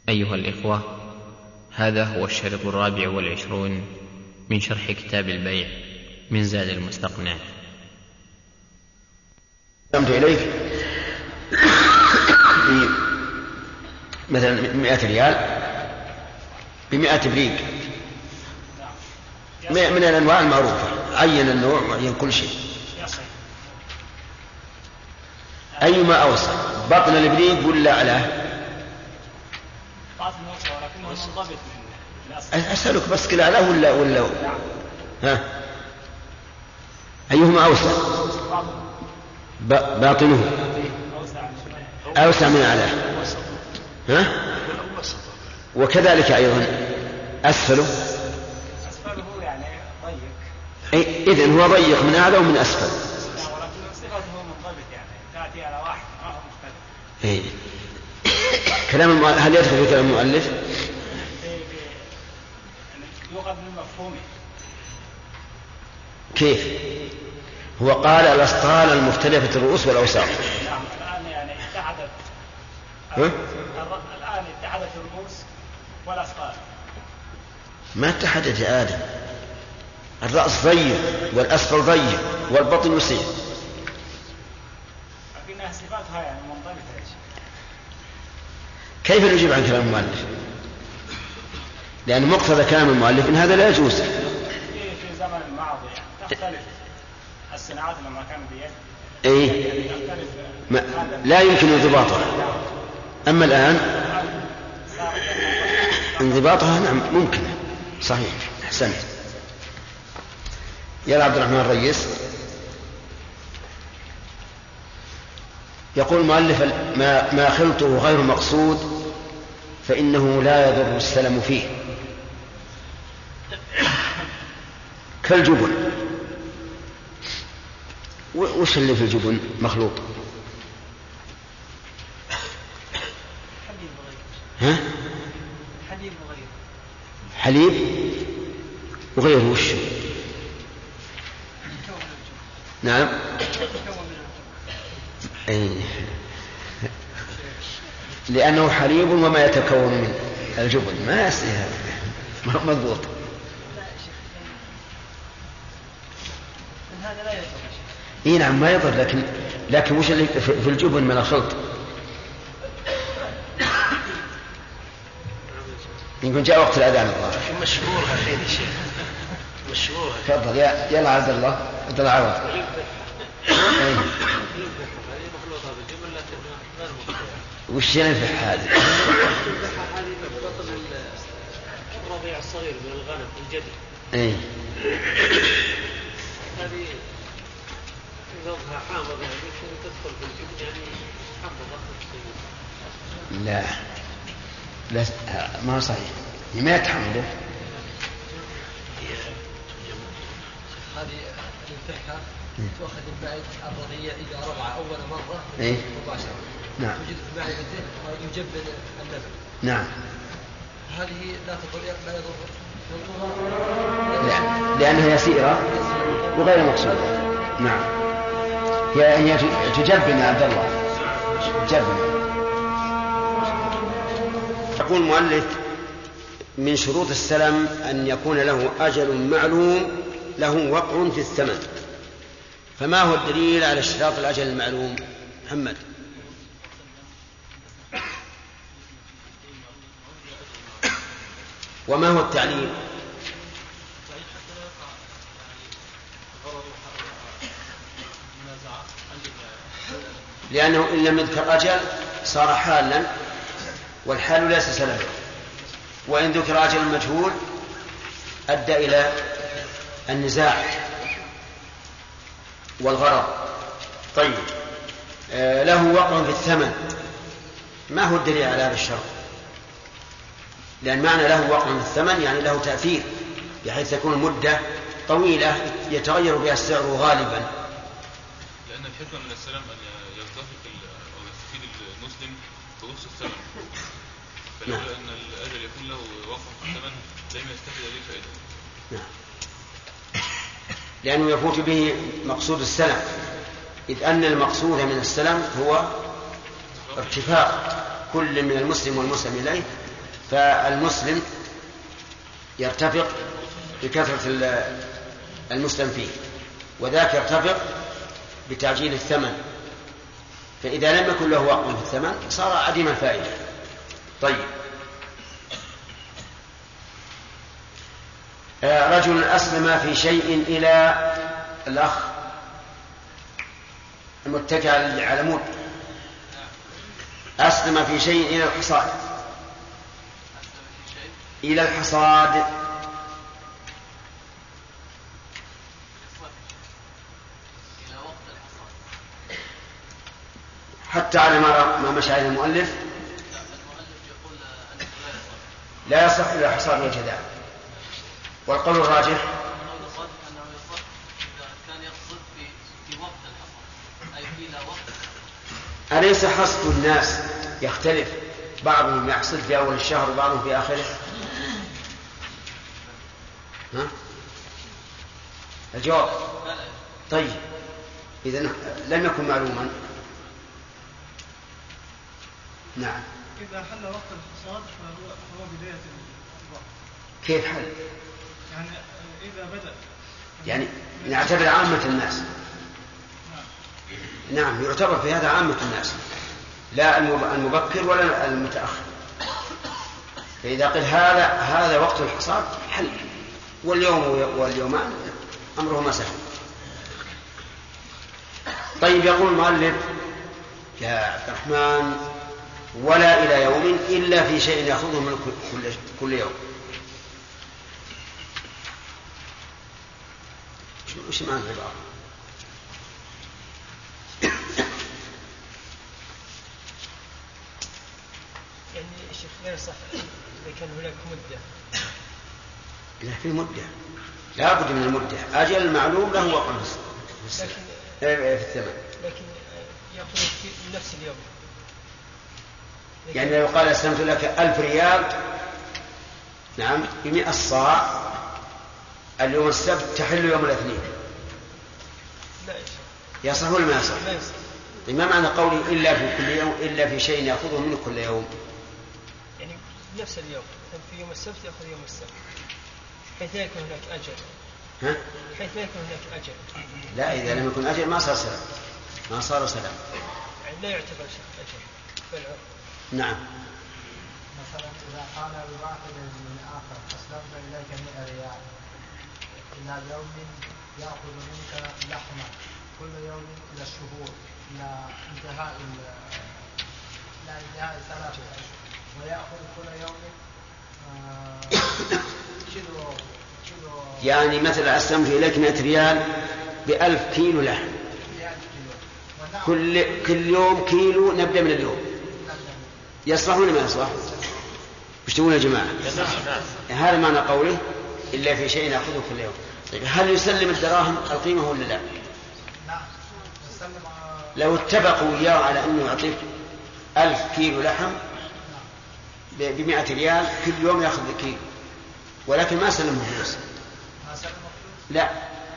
أيها الإخوة، هذا هو الشريط 24 من شرح كتاب البيع من زاد المستقنع. قمت إليك مثلا 100 ريال ب100 بريق من الأنواع المعروفة، عين النوع وعين كل شيء. أيما أوسع، بطن البريق ولا أعلاه؟ أسألك بس كلا أعلاه ولا ها؟ أيهما أوسع؟ باطنه أوسع من أعلاه، ها؟ وكذلك أيضا أسفله يعني ضيق. إذن هو ضيق من أعلى ومن أسفل. ولكن صفته منضبط، يعني تأتي على واحد ما هو مختلف. كلام هل يدخل في كلام المؤلف؟ يؤخذ من مفهومه. كيف؟ هو قال الأسطال المختلفة الرؤوس والأوساط. نعم، الآن يعني اتحدت الآن اتحدت الرؤوس والأسطال. ما اتحدت يا آدم، الرأس ضيق والأسفل ضيق والبطن وسيع. لكنها صفاتها يعني منضبطة. كيف نجيب عن كلام المؤلف؟ لأن مقتضى كلام المؤلف إن هذا لا يجوز. في زمن الماضي يعني تختلف الصناعات لما كان بيد. لا يمكن انضباطها. أما الآن انضباطها نعم ممكن، صحيح. أحسنت. يا عبد الرحمن الرئيس. يقول المؤلف ما خلطه غير مقصود فإنه لا يضر السلم فيه، كالجبن. وش اللي في الجبن مخلوط؟ ها؟ حليب وغيره. وش؟ نعم. لأنه حليب وما يتكون من الجبن ما يصير مضبوط. هذا لا يضر. نعم ما يضر، لكن وش اللي في الجبن من الخلط؟ يمكن جاء وقت الأذان الظاهر. مشهور هالحين يا شيخ، مشهور. تفضل يلا عبد الله عوض. وش ينفع هذا؟ الرضيع الصغير من الغنم الجدي. هذه نظامها حامضة، يعني يمكن تدخل في الجبن، يعني حامضة. لا ما صحيح، ما يتحمله. هذه الفرخة تؤخذ المعدة الرضيع إذا رضع أول مرة مباشرة. نعم. توجد في معدته ويجبن اللبن. نعم. هذه لا يضر. لأنها يسيرة وغير مقصودة. نعم. هي تجبن يا عبد الله، تجبن. يقول المؤلف من شروط السلم أن يكون له أجل معلوم له وقع في الثمن. فما هو الدليل على اشتراط الأجل المعلوم؟ محمد. وما هو التعليل؟ لأنه إن لم يذكر أجل صار حالا، والحال ليس سلما، وإن ذكر أجل مجهول أدى إلى النزاع والغرض. طيب، له وقع في الثمن، ما هو الدليل على هذا الشرط؟ لأن معنى له وقع في الثمن يعني له تأثير، بحيث تكون المدة طويلة يتغير بها السعر غالبا. لأن الحكمة من السلام أن يرتفق أو يستفيد المسلم برخص الثمن، فلولا أن الأجل يكون له وقع في الثمن لم يستفيد به فائدة. نعم. لأنه يفوت به مقصود السلم، إذ أن المقصود من السلم هو ارتفاق كل من المسلم والمسلم إليه فالمسلم يرتفق بكثرة المسلم فيه، وذاك يرتفق بتعجيل الثمن، فإذا لم يكن له وقت في الثمن صار عديم الفائدة. طيب، رجل أسلم في شيء إلى الأخ المتكئ على العمود، أسلم في شيء إلى الحصاد، إلى الحصاد حتى على ما مشى عليه المؤلف لا يصح إلى الحصاد والجذاب. والقول الراجح أنه يصح إذا كان يقصد في وقت الحصاد، أي في لا وقت. أليس حصد الناس يختلف، بعضهم يحصد في أول الشهر وبعضهم في آخره؟ ها؟ الجواب طيب، إذن لم يكن معلوما. نعم. إذا حل وقت الحصاد فهو بداية الوقت. كيف حل؟ يعني إذا بدأ، يعني نعتبر عامة الناس. نعم، يعتبر في هذا عامة الناس، لا المبكر ولا المتأخر. فإذا قل هذا وقت الحصاد حل، واليوم واليومان أمرهما سهل. طيب، يقول المؤلف يا عبد الرحمن: ولا إلى يوم إلا في شيء يأخذه من كل يوم. وش معنى العبارة؟ يعني الشيخ لا يصح إذا كان هناك مدة. لا، في مدة، لا بد من المدة، أجل المعلوم له وقت في الثمن، لكن يأخذ في نفس اليوم. يعني لو قال أسلمت لك 1000 ريال، نعم، ب100 صاع اليوم السبت تحل يوم الاثنين، لا يصح ولا ما يصح؟ لا يصح. طيب، ما معنى قولي إلا في كل يوم، إلا في شيء يأخذه منه كل يوم؟ يعني نفس اليوم، في يوم السبت يأخذ يوم السبت، حيث لا يكون هناك أجل. ها؟ حيث لا يكون هناك أجل. لا، إذا لم يكن أجل ما صار سلام، ما صار سلام. يعني لا يعتبر شيء أجل بل عرف. نعم. مثلا إذا قال الواحد من آخر: أسلمت إليك 100 ريال إلى يوم يأخذ منك لحما كل يوم إلى الشهور، إلى انتهاء 3 أشهر، ويأخذ كل يوم كيلو. يعني مثلا أسلمت إليك 100 ريال ب1000 كيلو لحم، كل يوم كيلو، نبدأ من اليوم. يصلح ولا ما يصلح؟ وش تقول يا جماعة؟ هذا معنى قوله إلا في شيء يأخذه كل يوم. طيب، هل يسلم الدراهم القيمة ولا لا؟ لو اتفقوا إياه على أنه يعطيك 1000 كيلو لحم ب100 ريال كل يوم يأخذ كيلو، ولكن ما سلمه فلوس، لا،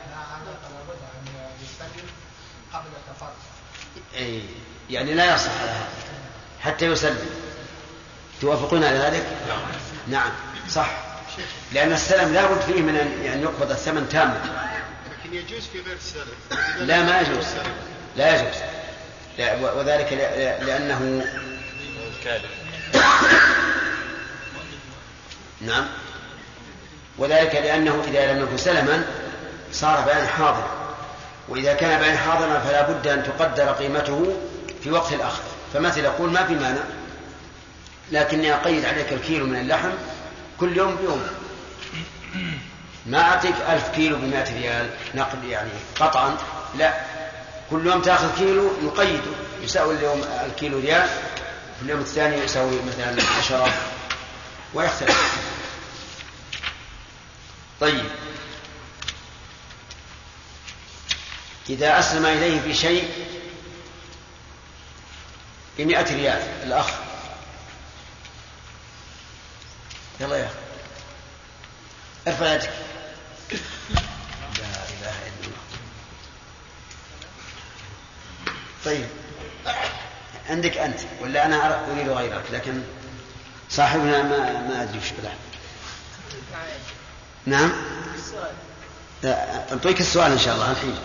يعني لا يصح على هذا حتى يسلم. توافقون على ذلك؟ نعم، صح، لأن السلم لا بد فيه من أن يقبض الثمن تاما. لكن يجوز في غير السلم؟ لا، ما يجوز، لا يجوز، وذلك لأنه نعم، وذلك لأنه إذا لم يكن سلما صار بيان حاضر، وإذا كان بيان حاضرا فلا بد أن تقدر قيمته في وقت الأخذ. فمثل يقول: ما في مانع، لكني أقيد عليك الكيلو من اللحم كل يوم بيوم، ما أعطيك 1000 كيلو ب100 ريال نقد يعني قطعا، لا، كل يوم تأخذ كيلو نقيده، يساوي اليوم الكيلو ريال، في اليوم الثاني يساوي مثلا 10 ويختلف. طيب، إذا أسلم إليه بشيء ب100 ريال الأخ، يلا يا أخي ارفع يدك. لا إله إلا الله. طيب، عندك أنت ولا أنا أريد غيرك؟ لكن صاحبنا ما أدري وش بلاه. نعم أعطيك السؤال إن شاء الله الحين.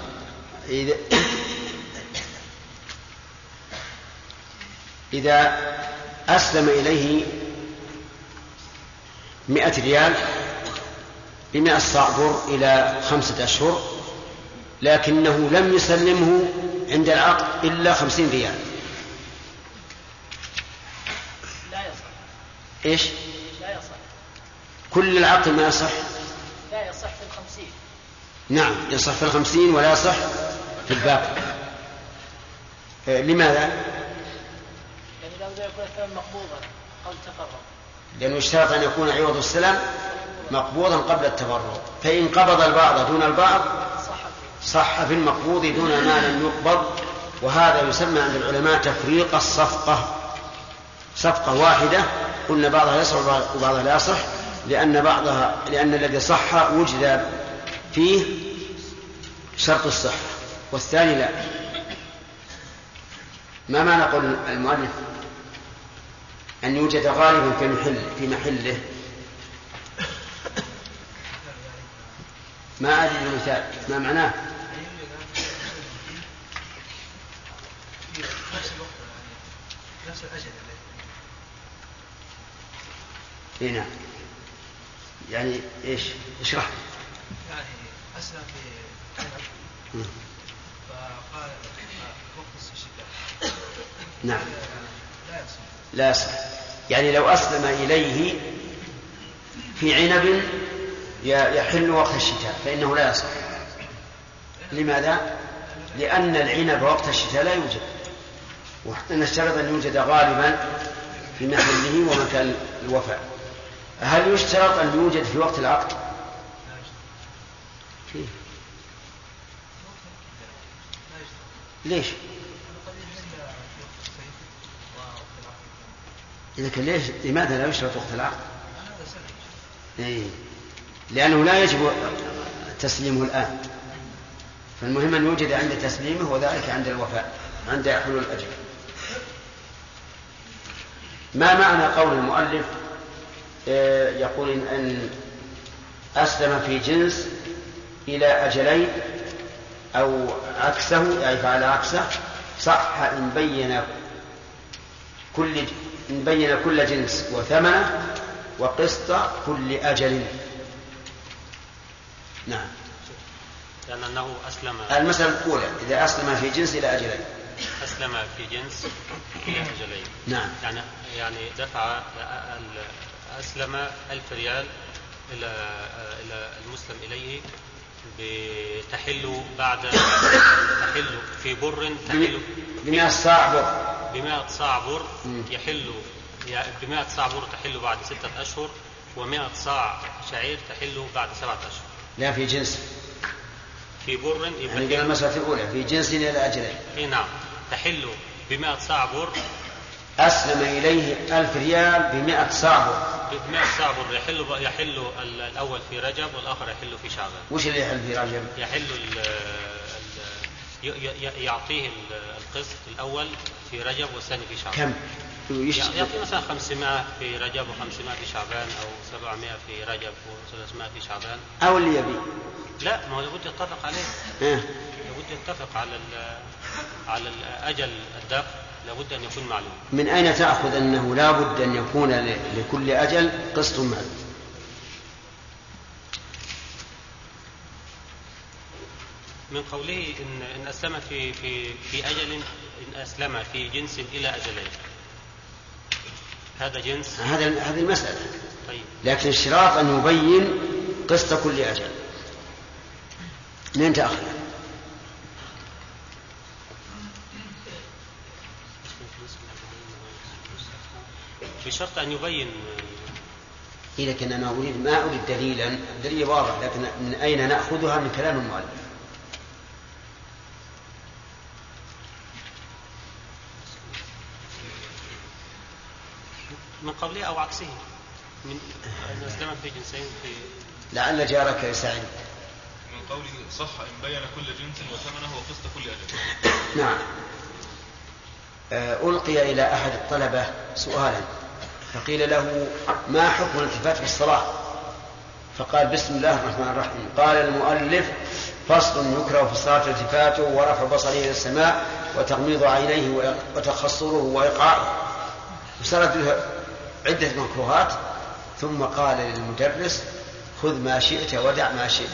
إذا أسلم إليه 100 ريال ب100 صاع بر إلى 5 أشهر، لكنه لم يسلمه عند العقد إلا 50 ريال، لا يصح. إيش؟ لا يصح. كل العقد ما يصح؟ لا يصح في 50. نعم يصح في 50 ولا يصح في الباقي. لماذا؟ يعني لابد يكون الثمن مقبوضا قبل التفرغ، لأنه اشترط أن يكون عوض السلم مقبوضا قبل التفرغ، فإن قبض البعض دون البعض صح في المقبوض دون ما لم يقبض. وهذا يسمى عند العلماء تفريق الصفقة، صفقة واحدة قلنا بعضها يصح وبعضها لا يصح، لأن الذي صح وجد فيه شرط الصحة والثاني لا. ما معنى قول المؤلف أن يوجد غالبا في محله؟ ما أدري المثال ما معناه. نفس الأجل هنا يعني إيش؟ اشرح. يعني أسلم في عنب فقال وقت الشتاء. نعم لا يصح. لا يصح. يعني لو أسلم إليه في عنب يحل وقت الشتاء فإنه لا يصح. لماذا؟ لأن العنب وقت الشتاء لا يوجد، ونشترط أن يوجد غالبا في محله ومكان الوفاء. هل يشترط أن يوجد في وقت العقد؟ فيه. ليش؟ إذا كان ليش لماذا لا يشترط وقت العقد؟ لأنه لا يجب تسليمه الآن، فالمهم أن يوجد عند تسليمه وذلك عند الوفاء عند حلول الأجل. ما معنى قول المؤلف يقول أن أسلم في جنس إلى أجلين أو عكسه، يعني فعل عكسه صح إن بين كل جنس وثمنه وقسط كل أجل. نعم. لأنه أسلم. المسألة الأولى إذا أسلم في جنس إلى أجلين. أسلم في جنس إلى أجلين. نعم. يعني دفع أسلم 1000 ريال إلى المسلم إليه بتحل بعد تحل في بر تحل ب100 صاع بر. ب100 صاع بر يحل ب100 صاع بر تحل بعد 6 أشهر، و100 صاع شعير تحل بعد 7 أشهر. لا في جنس. في بر يعني المسألة الأولى في جنس إلى أجلين. إيه نعم. تحل ب100 صاع بر. أسلم إليه 1000 ريال ب100 صاع بر. ب100 صاع بر يحل الأول في رجب والآخر يحل في شعبان. وش اللي يحل في رجب؟ يحل يعطيه القسط الأول في رجب والثاني في شعبان. كم؟ يعطي مثلا 500 في رجب و500 في شعبان، أو 700 في رجب و300 في شعبان. أو اللي يبي. لا، ما هو لابد يتفق عليه. لابد يتفق على الأجل الدفع، لابد أن يكون معلوم. من أين تأخذ أنه لا بد أن يكون لكل أجل قسط معلوم؟ من قوله إن أسلم في أجل، إن أسلم في جنس إلى أجلين، هذا جنس. هذه المسألة. طيب. لكن الشراط أن يبين قسط كل أجل. من تأخذ؟ بشرط أن يبين. لكن أنا ما أريد دليلا، الدليل واضح، لكن من أين نأخذها؟ من كلام المؤلف. من قوله أو عكسه، من أن أسلم في جنسين في. لعل جارك يساعد. من قوله صح إن بين كل جنس وثمنه وقسط كل أجل. نعم. ألقي إلى أحد الطلبة سؤالا فقيل له ما حكم الالتفات في الصلاة؟ فقال بسم الله الرحمن الرحيم. قال المؤلف فصل يكره في الصلاة التفاته ورفع بصره إلى السماء وتغميض عينيه وتخصره وإيقاعه، وسرد عدة مكروهات، ثم قال للمدرس خذ ما شئت ودع ما شئت.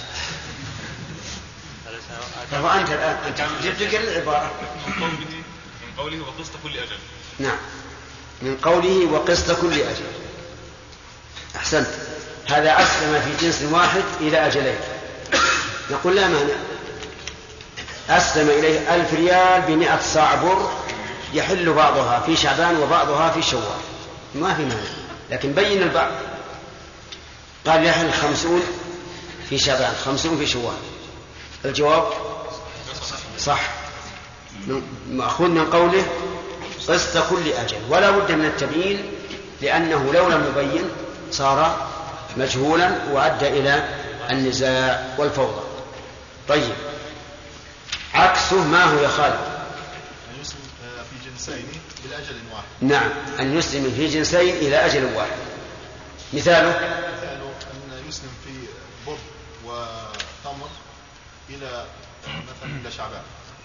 فأنت الآن أنت جبت العبارة من قوله وقسط كل أجل. نعم، من قوله وقسط كل أجل. أحسنت، هذا أسلم في جنس واحد إلى أجلين. نقول لا مانع، أسلم إليه 1000 ريال ب100 صاع بر يحل بعضها في شعبان وبعضها في شوال، ما في مانع، لكن بين البعض. قال يحل 50 في شعبان 50 في شوال. الجواب صح، مأخوذ من قوله قسط كل أجل، ولا بد من التبيين، لأنه لو لم يبين صار مجهولا وأدى إلى النزاع والفوضى. طيب، عكسه ما هو يا خالد؟ أن يسلم في جنسين إلى أجل واحد. نعم، أن يسلم في جنسين إلى أجل واحد. مثاله أن يسلم في بر وتمر إلى مثلا إلى شعبان.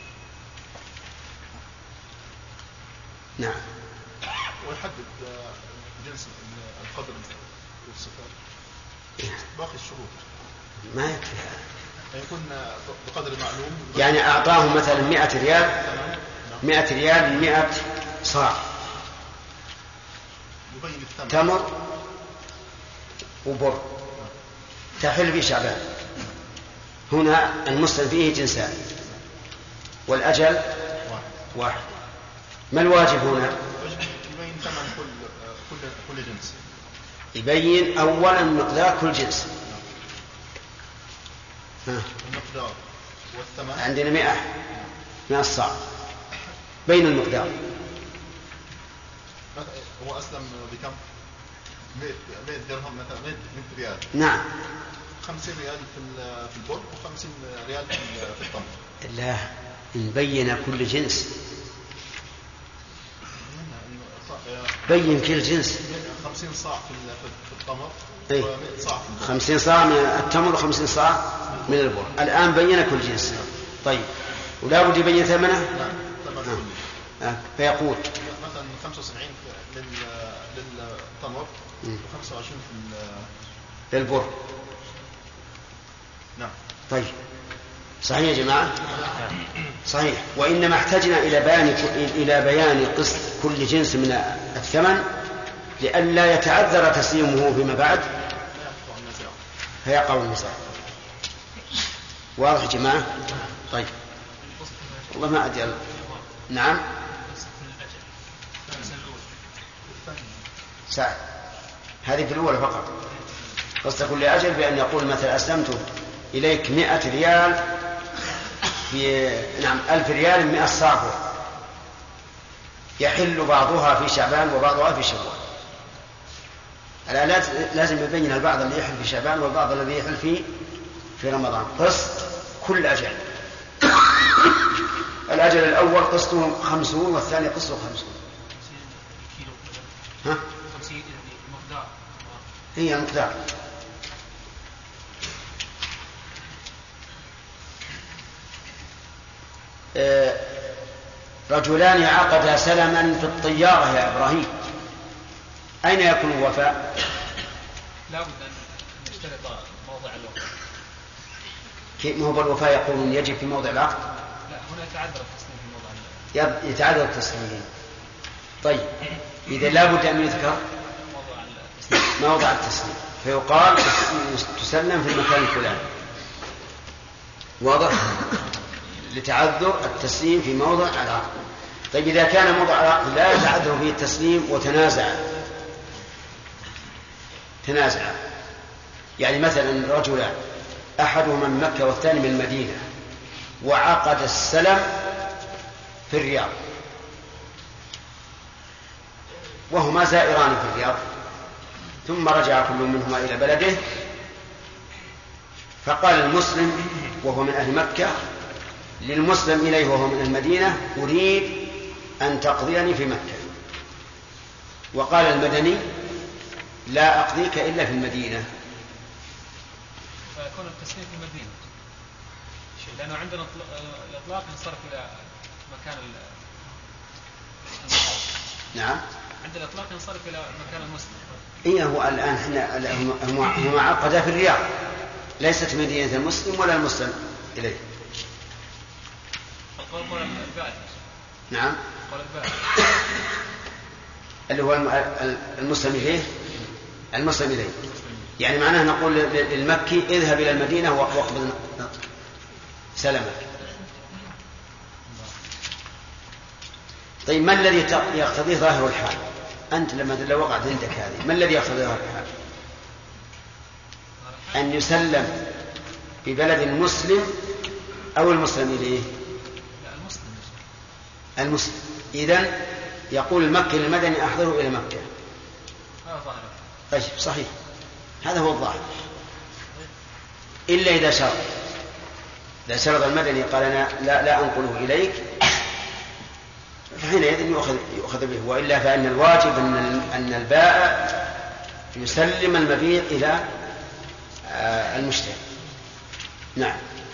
نعم، ويحدد جنس القدر والصفات باقي الشروط. ما يكفي يكون بقدر معلوم. يعني أعطاه مثلا 100 ريال 100 ريال 100 صاع تمر وبر تحل في شعبان. هنا المسلم فيه جنسان والأجل واحد. ما الواجب هنا؟ يبين ثمن كل جنس. يبين أولا مقدار كل جنس. المقدار والثمن. عندنا 100 صاع، بين المقدار. هو أسلم بكم؟ 100 درهم مثلا، 100 ريال. نعم، 50 ريال في البر و50 ريال في التمر. لا، نبين كل جنس، بين كل جنس. 50 صاع في التمر و100 صاع في البر. 50 صاع من التمر و50 صاع من البر. الآن بين كل جنس. طيب، ولا بد يبين ثمنه؟ نعم، ثمن كله. فيقول مثلا 75 للتمر و25 للبر. نعم. طيب، صحيح يا جماعة؟ صحيح. وإنما احتجنا إلى بيان قسط كل جنس من الثمن لئلا يتعذر تسليمه فيما بعد فيقع النزاع. واضح يا جماعة؟ طيب، والله ما أدري. نعم، سعد، هذه في الأولى فقط. قسط كل أجل بأن يقول مثلا أسلمت إليك 100 ريال في 1000 ريال 100 صاع يحل بعضها في شعبان وبعضها في شوال. لازم يبين البعض اللي يحل في شعبان والبعض الذي يحل في رمضان. قسط كل أجل. الأجل الأول قسطه 50 والثاني قسطه 50. ها؟ هي المقدار. رجلان عقدا سلما في الطيارة يا إبراهيم، أين يكون الوفاء؟ لا بد أن نشترط موضع الوفاء. كيف ما هو الوفاء يقولون يجب في موضع العقد؟ لا، هنا يتعذر التسليم في موضع يتعذر التسليم. طيب، إذا لا بد أن يذكر موضع التسليم فيقال تسلم في المكان الفلاني. واضح؟ لتعذر التسليم في موضع العقد. طيب، إذا كان موضع العقد لا يتعذر فيه التسليم وتنازع، يعني مثلا رجلان أحدهما من مكة والثاني من المدينة وعقد السلم في الرياض وهما زائران في الرياض، ثم رجع كل منهما إلى بلده، فقال المسلم وهو من أهل مكة للمسلم إليه وهو من المدينة أريد أن تقضيني في مكة. وقال المدني لا أقضيك إلا في المدينة. فيكون التسليم في المدينة، لأنه عندنا الإطلاق ينصرف إلى مكان المحافظ. نعم. عند الإطلاق ينصرف إلى مكان المسلم. إيه هو الآن هم معقدة في الرياض، ليست مدينة المسلم ولا المسلم إليه. القول البائع. نعم. القول البائع. اللي هو المسلم إليه، المسلم إليه. يعني معناه نقول للمكي اذهب إلى المدينة واقبض سلمك. طيب ما الذي يقتضي ظاهر الحال؟ أنت لو وقعت عندك هذه ما الذي يقتضي ظاهر الحال؟ أن يسلم ببلد المسلم أو المسلم إليه؟ المسلم. إذن يقول المكي للمدني أحضره إلى مكة. طيب صحيح، هذا هو الظاهر. إلا إذا شرط، إذا شرط المدني قال أنا لا أنقله إليك، فحينئذ يؤخذ به. وإلا فإن الواجب أن البائع يسلم المبيع إلى المشتري. نعم.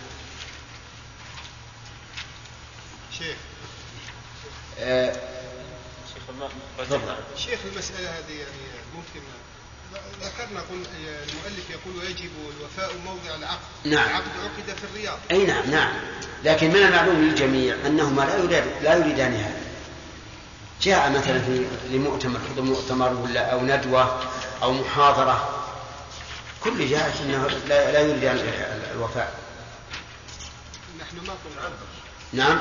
شيخ المسألة هذه يعني ممكن ذكرنا المؤلف يقول يجب الوفاء موضع العقد. نعم. العقد عقد في الرياض. أي نعم نعم. لكن من المعلوم للجميع أنهما لا يريدان هذا. جاء مثلا لمؤتمر ولا أو ندوة أو محاضرة، كل جاءت أنه لا يريدان الوفاء. نحن ما قلنا. نعم.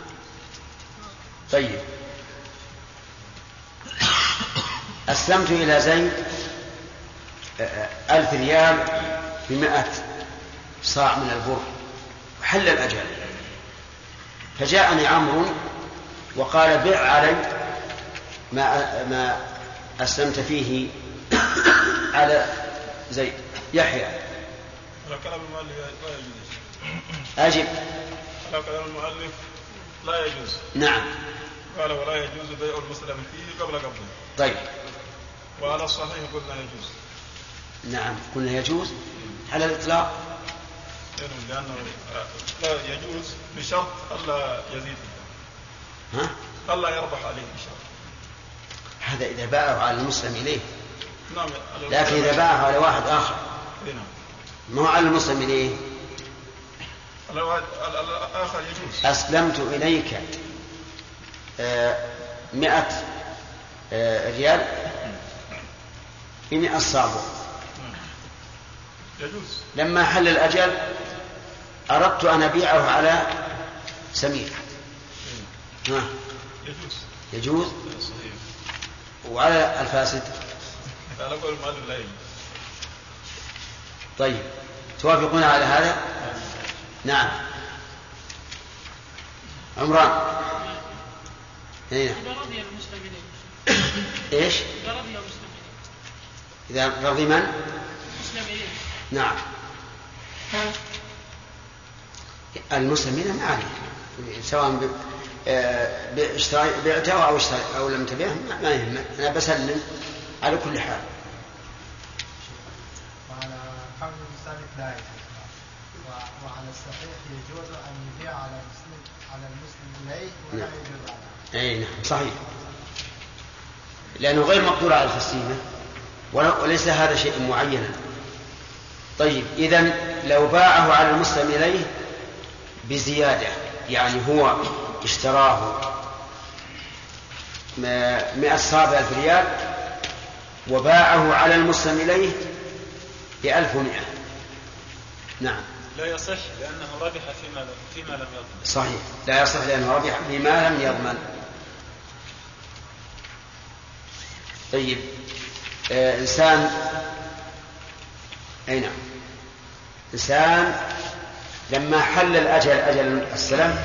طيب أسلمت إلى زيد 1000 ريال ب100 صاع من البر، وحل الأجل، فجاءني عمرو وقال بع علي ما أسلمت فيه على زيد. يحيى على كلام المؤلف لا يجوز. أجب. على كلام المؤلف لا يجوز. نعم. قال ولا يجوز بيع المسلم فيه قبل قبضه. طيب. وعلى الصحيح قلنا يجوز. نعم قلنا يجوز على الإطلاق، لأنه لا يجوز بشرط ألا يزيد، ألا يربح عليه بشرط. هذا إذا باعه على المسلم إليه. نعم. لكن إذا باعه على واحد آخر ما هو على المسلم إليه. على واحد آخر يجوز. أسلمت إليك 100 ريال ب100 صاع يجوز. لما حل الأجل أردت أن أبيعه على سمير. يجوز. وعلى الفاسد على قول المؤلف لا يجوز. طيب توافقون على هذا؟ نعم. عمران. إذا رضي المسلم إليه. إيش؟ إذا رضي المسلم إليه. إذا رضي من؟ مسلم إليه. نعم. المسلمين ما عليه، سواء بعته أو لم تبيعه ما يهم، أنا بسلم على كل حال. وعلى قول المسلم لا يجوز، وعلى الصحيح يجوز أن يبيع على المسلم إليه ولا يجوز عليه. أي نعم صحيح، لأنه غير مقدور على الخسيمة وليس هذا شيء معينا. طيب إذن لو باعه على المسلم إليه بزيادة، يعني هو اشتراه 100 صاع 1000 ريال وباعه على المسلم إليه ب1100. نعم. لا يصح لأنه ربح فيما لم يضمن. صحيح، لا يصح لأنه ربح فيما لم يضمن. طيب إنسان، أي نعم، إنسان لما حل الأجل، أجل السلام،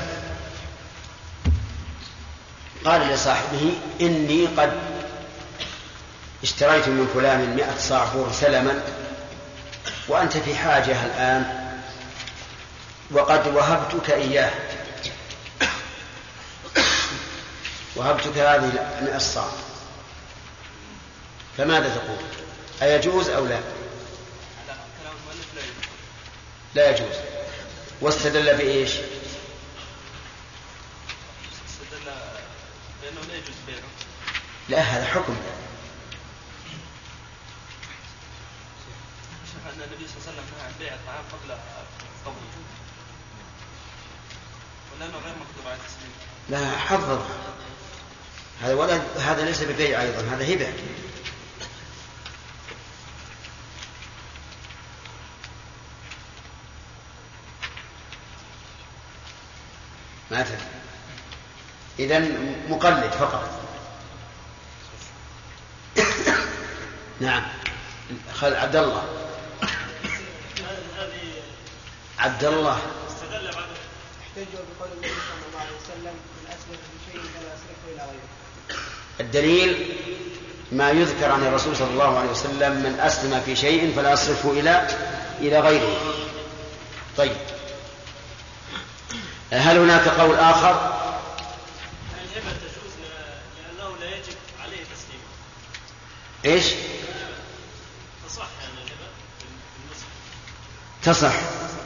قال لصاحبه إني قد اشتريت من فلان 100 صاع بر سلما وأنت في حاجة الآن وقد وهبتك إياه، وهبتك هذه 100 صاع، فماذا تقول؟ أيجوز أو لا؟ لا يجوز. واستدل بإيش؟ استدل بأنه لا يجوز بيعه. لا هذا حكم. أن النبي صلى الله عليه وسلم نهى عن بيع الطعام قبل قبضه ولأنه غير مكتوب على التسليم. لا حفظ هذا ولا هذا ليس ببيع أيضا، هذا هبة. ما تدري. إذن مقلد فقط. نعم خل عبد الله. عبد الله استدل بعد احتجوا بقول النبي صلى الله عليه وسلم من أسلف بشيء فلا يصرفه إلى غيره. الدليل ما يذكر عن الرسول صلى الله عليه وسلم من أسلم في شيء فلا يصرفه إلى غيره. طيب هل هناك قول آخر؟ الهبة تجوز لأنه لا يجب عليه تسليمه. إيش؟ تصح يعني الهبة بالنسبة. تصح.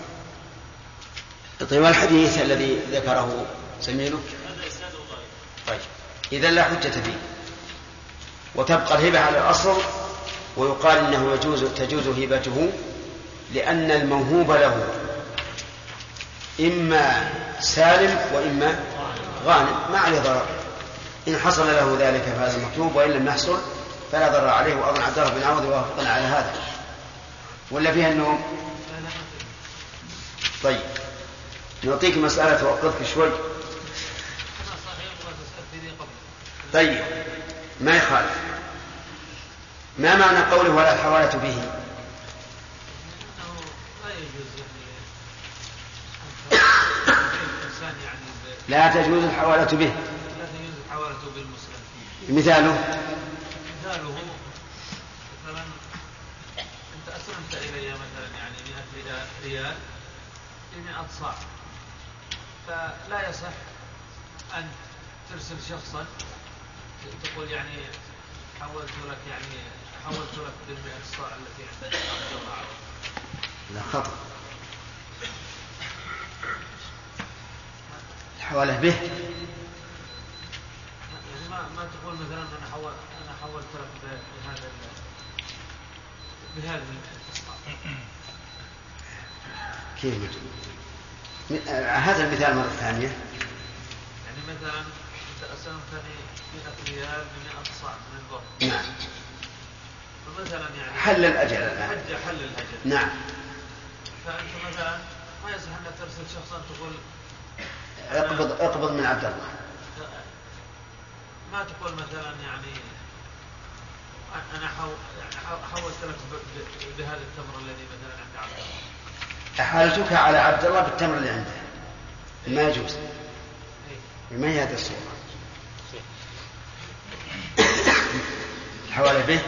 طيب الحديث الذي ذكره زميلك هذا إسناده ضعيف. طيب إذن لا حجة فيه، وتبقى الهبة على الأصل، ويقال إنه تجوز هبته لأن الموهوب له إما سالم وإما غانم ما عليه ضرر. إن حصل له ذلك فهذا مطلوب، وإن لم يحصل فلا ضرر عليه. وأظن عبد الله بن عوض وافقنا على هذا ولا فيها النوم؟ طيب نعطيك مسألة توقفك شوي. طيب ما يخالف. ما معنى قوله ولا الحوالة به؟ لا تجوز الحوالة به. لا تجوز الحوالة بالمسلم. مثاله مثلا أنت أسلمت إلي مثلا يعني 100 ريال ب100 صاع، فلا يصح أن ترسل شخصا تقول يعني حولت لك بال100 صاع التي عندك. لا خطأ. الحوالة به يعني ما تقول مثلا أنا حولت لك بهذا كيف هذا المثال مرة ثانية؟ يعني مثلا أنت أسلمتني 100 ريال ب100 صاع من البر. نعم. فمثلا يعني حل الأجل الآن. حل الأجل. نعم. فأنت مثلا ما يصح أنك ترسل شخصا تقول اقبض من عبد الله. ما تقول مثلا يعني أنا حولت لك بهذا التمر الذي مثلا عند عبد الله. أحالتك على عبد الله بالتمر اللي عنده. ما يجوز. ما هي هذه الصورة؟ الحوالة به.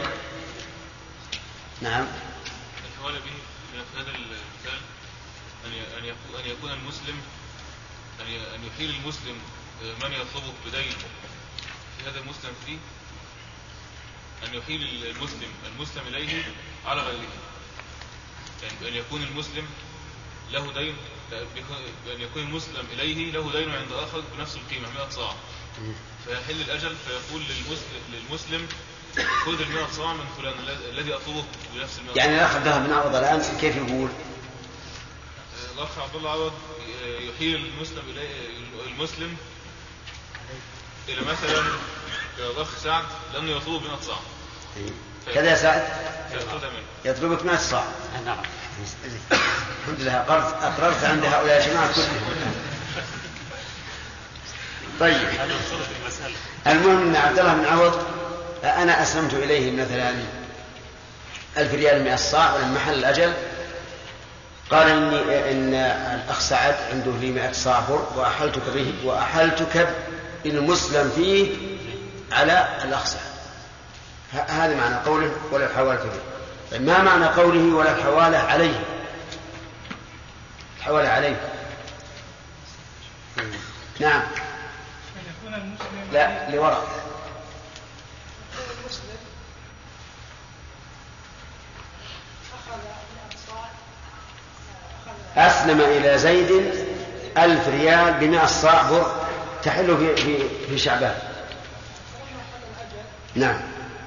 نعم. الحوالة به في هذا المثال أن يكون المسلم أن يحيل المسلم من يطلبه بدين في هذا المسلم فيه، أن يحيل المسلم إليه على غيره. يعني أن يكون المسلم له دين، أن يكون المسلم إليه له دين عند آخر بنفس القيمة 100 صاع، فيحل الأجل فيقول للمسلم خذ 100 صاع من فلان الذي أطلبه بنفس 100 صاع. يعني الأخ عبد الله بن عوض الآن كيف يقول؟ الأخ عبد الله عوض يحيل المسلم إلى مثلا الأخ سعد لأنه يطلب 100 صاع. كذا يا سعد يطلبك 100 صاع. نعم. الحمد لله أقررت عند هؤلاء الجماعة كلهم. طيب المهم أن عبد الله بن عوض أنا أسلمت إليه مثلا 1000 ريال 100 صاع ولما حل الأجل قال إن الأخ سعد عنده لي 100 صاع بر وأحلتك بالمسلم فيه على الأخ سعد. هذا معنى قوله ولا الحوالة به. طيب ما معنى قوله ولا الحوالة عليه؟ الحوالة عليه. نعم. لا لوراء. أسلم إلى زيد 1000 ريال ب100 صاع بر تحل في شعبان. نعم.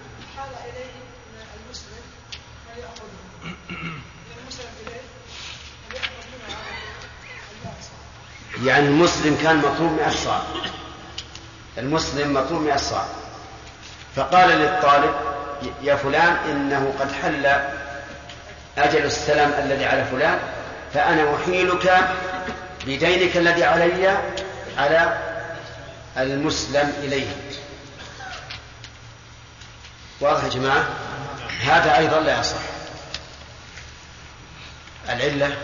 يعني المسلم كان مطلوب 100 صاع، المسلم مطلوب 100 صاع، فقال للطالب يا فلان إنه قد حل أجل السلام الذي على فلان، فأنا أحيلك بدينك الذي علي على المسلم إليه. واضح يا جماعة؟ هذا أيضا لا يصح. العلة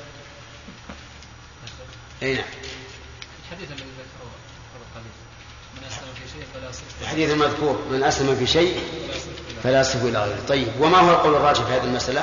أين؟ الحديث الذي ذكره قبل من أسلم في شيء فلا يصرف، الحديث المذكور من أسلم في شيء فلا يصرف إلى غيره. طيب، وما هو القول الراجح في هذه المسألة؟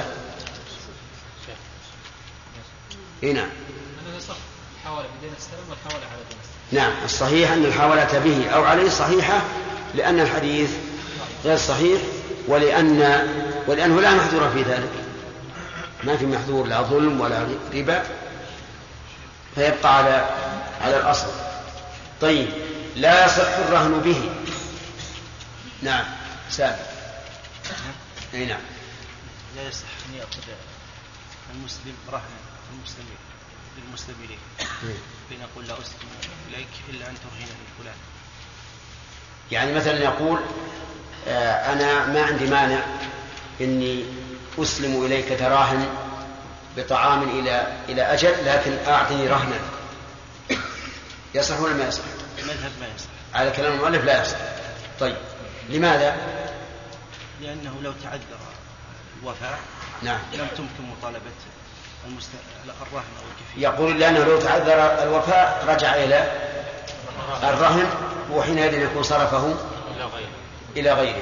نعم. أنه يصح الحوالة بدين السلام والحوالة على دين السلام. نعم، الصحيح أن الحوالة به أو عليه صحيحة، لأن الحديث غير صحيح، ولأنه لا محذور في ذلك، ما في محذور لا ظلم ولا ربا، فيبقى على الأصل. طيب، لا يصح الرهن به. نعم سابق. أي نعم. لا يصح أن يأخذ المسلم رهن المسلم إليه، لنقول لا أسلم إليك إلا أن ترهنني فلان. يعني مثلا يقول أنا ما عندي مانع إني أسلم إليك دراهم بطعام إلى أجل، لكن أعطني رهنا. يصح ولا ما يصح؟ المذهب ما يصح. على كلام المؤلف لا يصح. طيب، لماذا؟ لأنه لو تعذر الوفاء نعم لم تمكن مطالبة الرهن أو الكفيل. يقول لأنه لو تعذر الوفاء رجع إلى الرهن، وحينئذ يكون صرفه إلى غيره.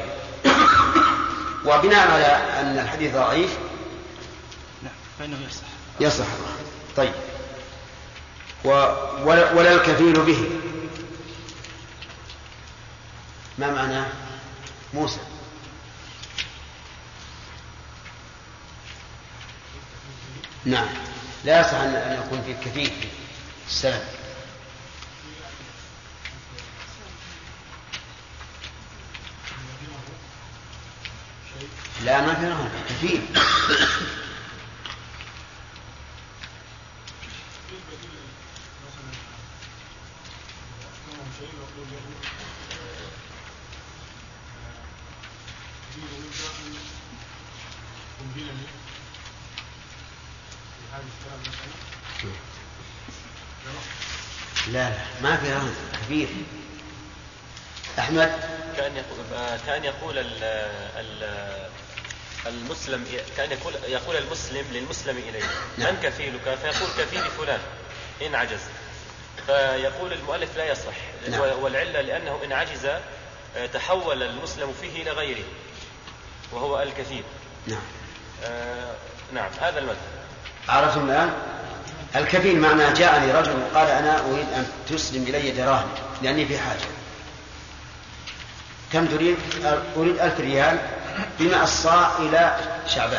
وبناء على أن الحديث ضعيف فإنه يصح الرهن. طيب، ولا الكفيل به. ما معناه موسى؟ نعم، لا يصح أن يكون في الكفيل في السلام. لا، ما في رهن، كفيل. لا ما في رهن، كبير. أحمد كان يقول المسلم، كان يقول المسلم للمسلم إليه من كفيلك؟ فيقول كفيل فلان إن عجز، فيقول المؤلف لا يصح. والعلة لأنه إن عجز تحول المسلم فيه إلى غيره وهو الكفيل. نعم هذا المذهب. عرفتم الآن؟ الكفيل معناه جاءني رجل وقال أنا أريد أن تسلم إلي دراهم لأني في حاجة. كم تريد؟ أريد 1000 ريال ب100 صاع إلى شعبان.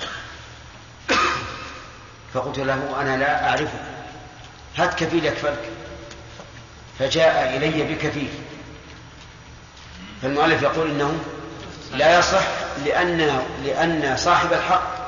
فقلت له أنا لا أعرفه، هات كفيل يكفلك. فجاء إلي بكفيل. فالمؤلف يقول إنه لا يصح لأن صاحب الحق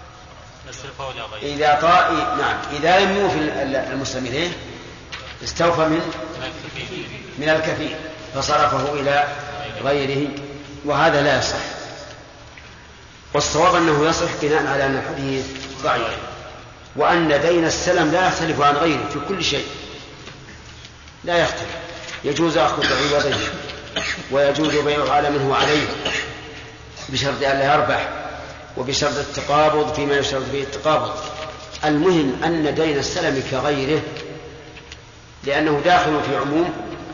إذا لم يوفي المسلم إليه استوفى من الكفيل فصرفه إلى غيره، وهذا لا يصح. والصواب أنه يصح بناء على أن الحديث ضعيف، وأن دين السلم لا يختلف عن غيره في كل شيء، لا يختلف. يجوز أخذ عوضه ويجوز بيع على من هو عليه بشرط أن لا يربح، وبشرط التقابض فيما يشترط به التقابض. المهم أن دين السلم كغيره، لأنه داخل في عموم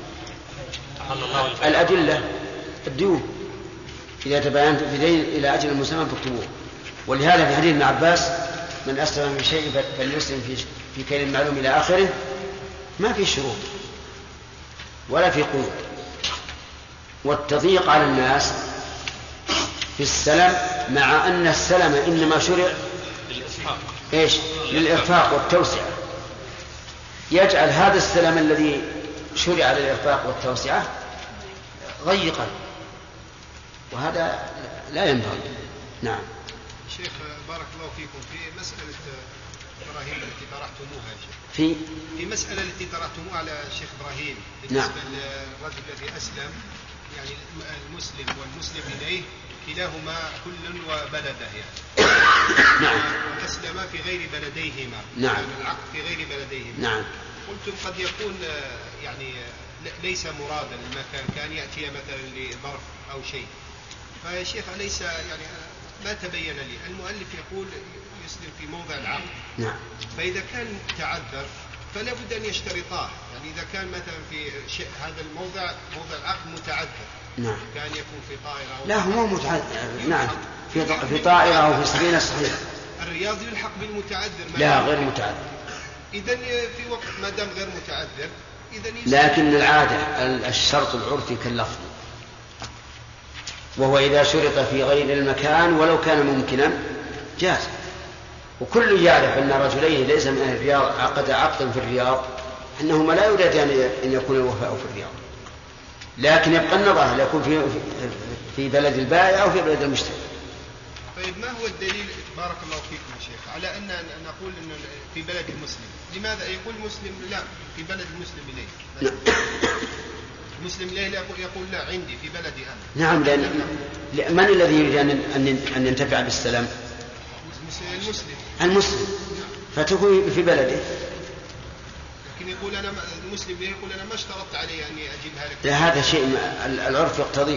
الأدلة الديون. إذا تباينت في دين إلى أجل المسلم فاكتبوه. ولهذا في حديث ابن عباس من أسلم في شيء فليسلم في كيل معلوم إلى آخره، ما في شروط ولا في قيود. والتضييق على الناس في السلم، مع أن السلم إنما شرع إيش؟ للإرفاق والتوسعة، يجعل هذا السلام الذي شرع للإرفاق والتوسعة ضيقا، وهذا لا ينبغي. نعم. شيخ بارك الله فيكم، في مسألة إبراهيم التي طرحتموها يا شيخ، في مسألة التي طرحتموها على الشيخ إبراهيم بالنسبة للرجل الذي أسلم، يعني المسلم والمسلم إليه كلاهما كل وبلده، يعني نعم. أسلم في غير بلديهما، نعم. يعني العقد في غير بلديهما. نعم. قلتم قد يكون يعني ليس مرادا المكان، كان يأتي مثلا لظرف أو شيء. فيا شيخ أليس يعني ما تبين لي، المؤلف يقول يسلم في موضع العقد. نعم. فإذا كان تعذر فلا بد أن يشترطاه، يعني إذا كان مثلا في هذا الموضع موضع العقد متعذر، نعم. كان يكون في طائرة لا، هو مو متعذر. نعم، في طائرة أو في سفينة صحيح. الرياض يلحق بالمتعذر. لا، غير متعذر. إذن في وقت ما دام غير متعذر لكن العادة الشرط العرفي كاللفظ، وهو إذا شرط في غير المكان ولو كان ممكنا جاز. وكل يعرف أن رجلين ليس من أهل الرياض عقد عقدا في الرياض أنهما لا يريد أن يكون الوفاء في الرياض، لكن يبقى النظر هل يكون في بلد البائع أو في بلد المشتري. طيب ما هو الدليل بارك الله فيكم يا شيخ على أن نقول أن في بلد المسلم؟ لماذا يقول مسلم لا في بلد المسلم إليه؟ المسلم إليه يقول لا عندي في بلدي أنا. نعم، لأن من الذي يريد أن ينتفع بالسلام؟ المسلم، فتكون في بلده. لكن يقول أنا المسلم إليه يقول أنا ما اشترطت عليه أني أجيبها لك. لا، هذا شيء العرف يقتضيه.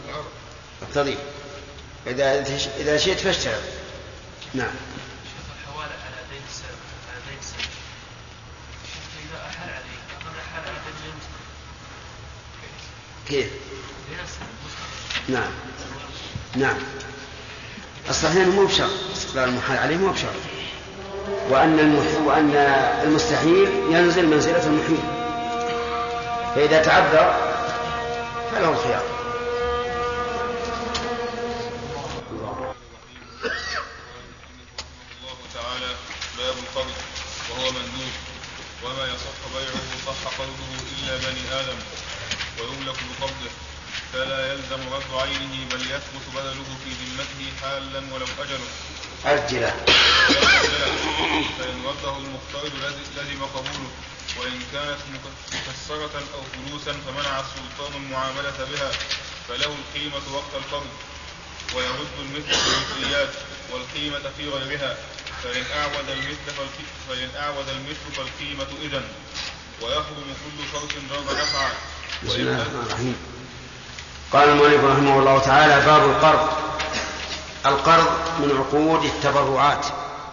إذا شئت فاشترط. نعم. شيخ الحوالة على دين السلف، على دين السلف، إذا أحل عليه أقول أحل على دين المسلم. كيف؟ نعم. نعم. الصحيح مو بشرط، استقرار المحال عليه مو بشرط، وأن المستحيل ينزل منزلة المحيل، فإذا تعذر فله الخيار. باب القرض وهو مندوب، وما يصح بيعه صح قرضه إلا بني آدم ويملك بقبضه، فلا يلزم رد عينه بل يثبت بدله في ذمته حالا ولو أجله فإن رده المقترض لزم قبوله، وإن كانت مكسرة أو فلوسا فمنع السلطان المعاملة بها فله القيمة وقت القرض، ويرد المثل في الجزئيات والقيمة في غيرها، فإن أعود المثل فالقيمة إذن، ويحرم كل شرط جر نفعا. بسم الله الرحمن الرحيم. قال المؤلف رحمه الله تعالى: باب القرض. القرض من عقود التبرعات،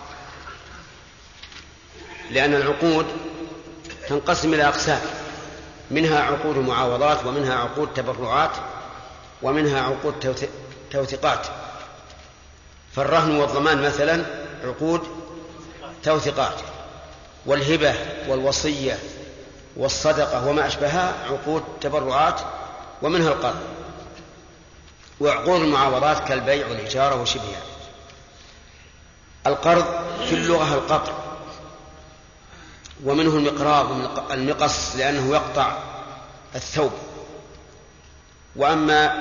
لأن العقود تنقسم إلى أقسام، منها عقود معاوضات، ومنها عقود تبرعات، ومنها عقود توثيقات. فالرهن والضمان مثلا عقود توثيقات، والهبة والوصية والصدقة وما أشبهها عقود تبرعات، ومنها القرض. وعقود المعاوضات كالبيع والإجارة وشبهها. القرض في اللغة القطع، ومنه المقراض المقص لأنه يقطع الثوب. وأما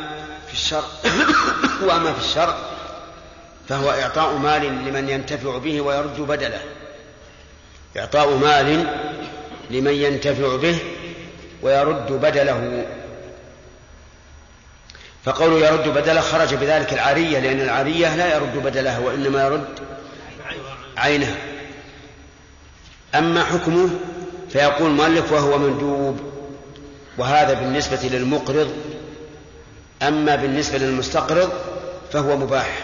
في الشرع فهو إعطاء مال لمن ينتفع به ويرد بدله. إعطاء مال لمن ينتفع به ويرد بدله. فقوله يرد بدله خرج بذلك العارية، لأن العارية لا يرد بدلها وإنما يرد عينها. أما حكمه فيقول المؤلف وهو مندوب، وهذا بالنسبة للمقرض. أما بالنسبة للمستقرض فهو مباح.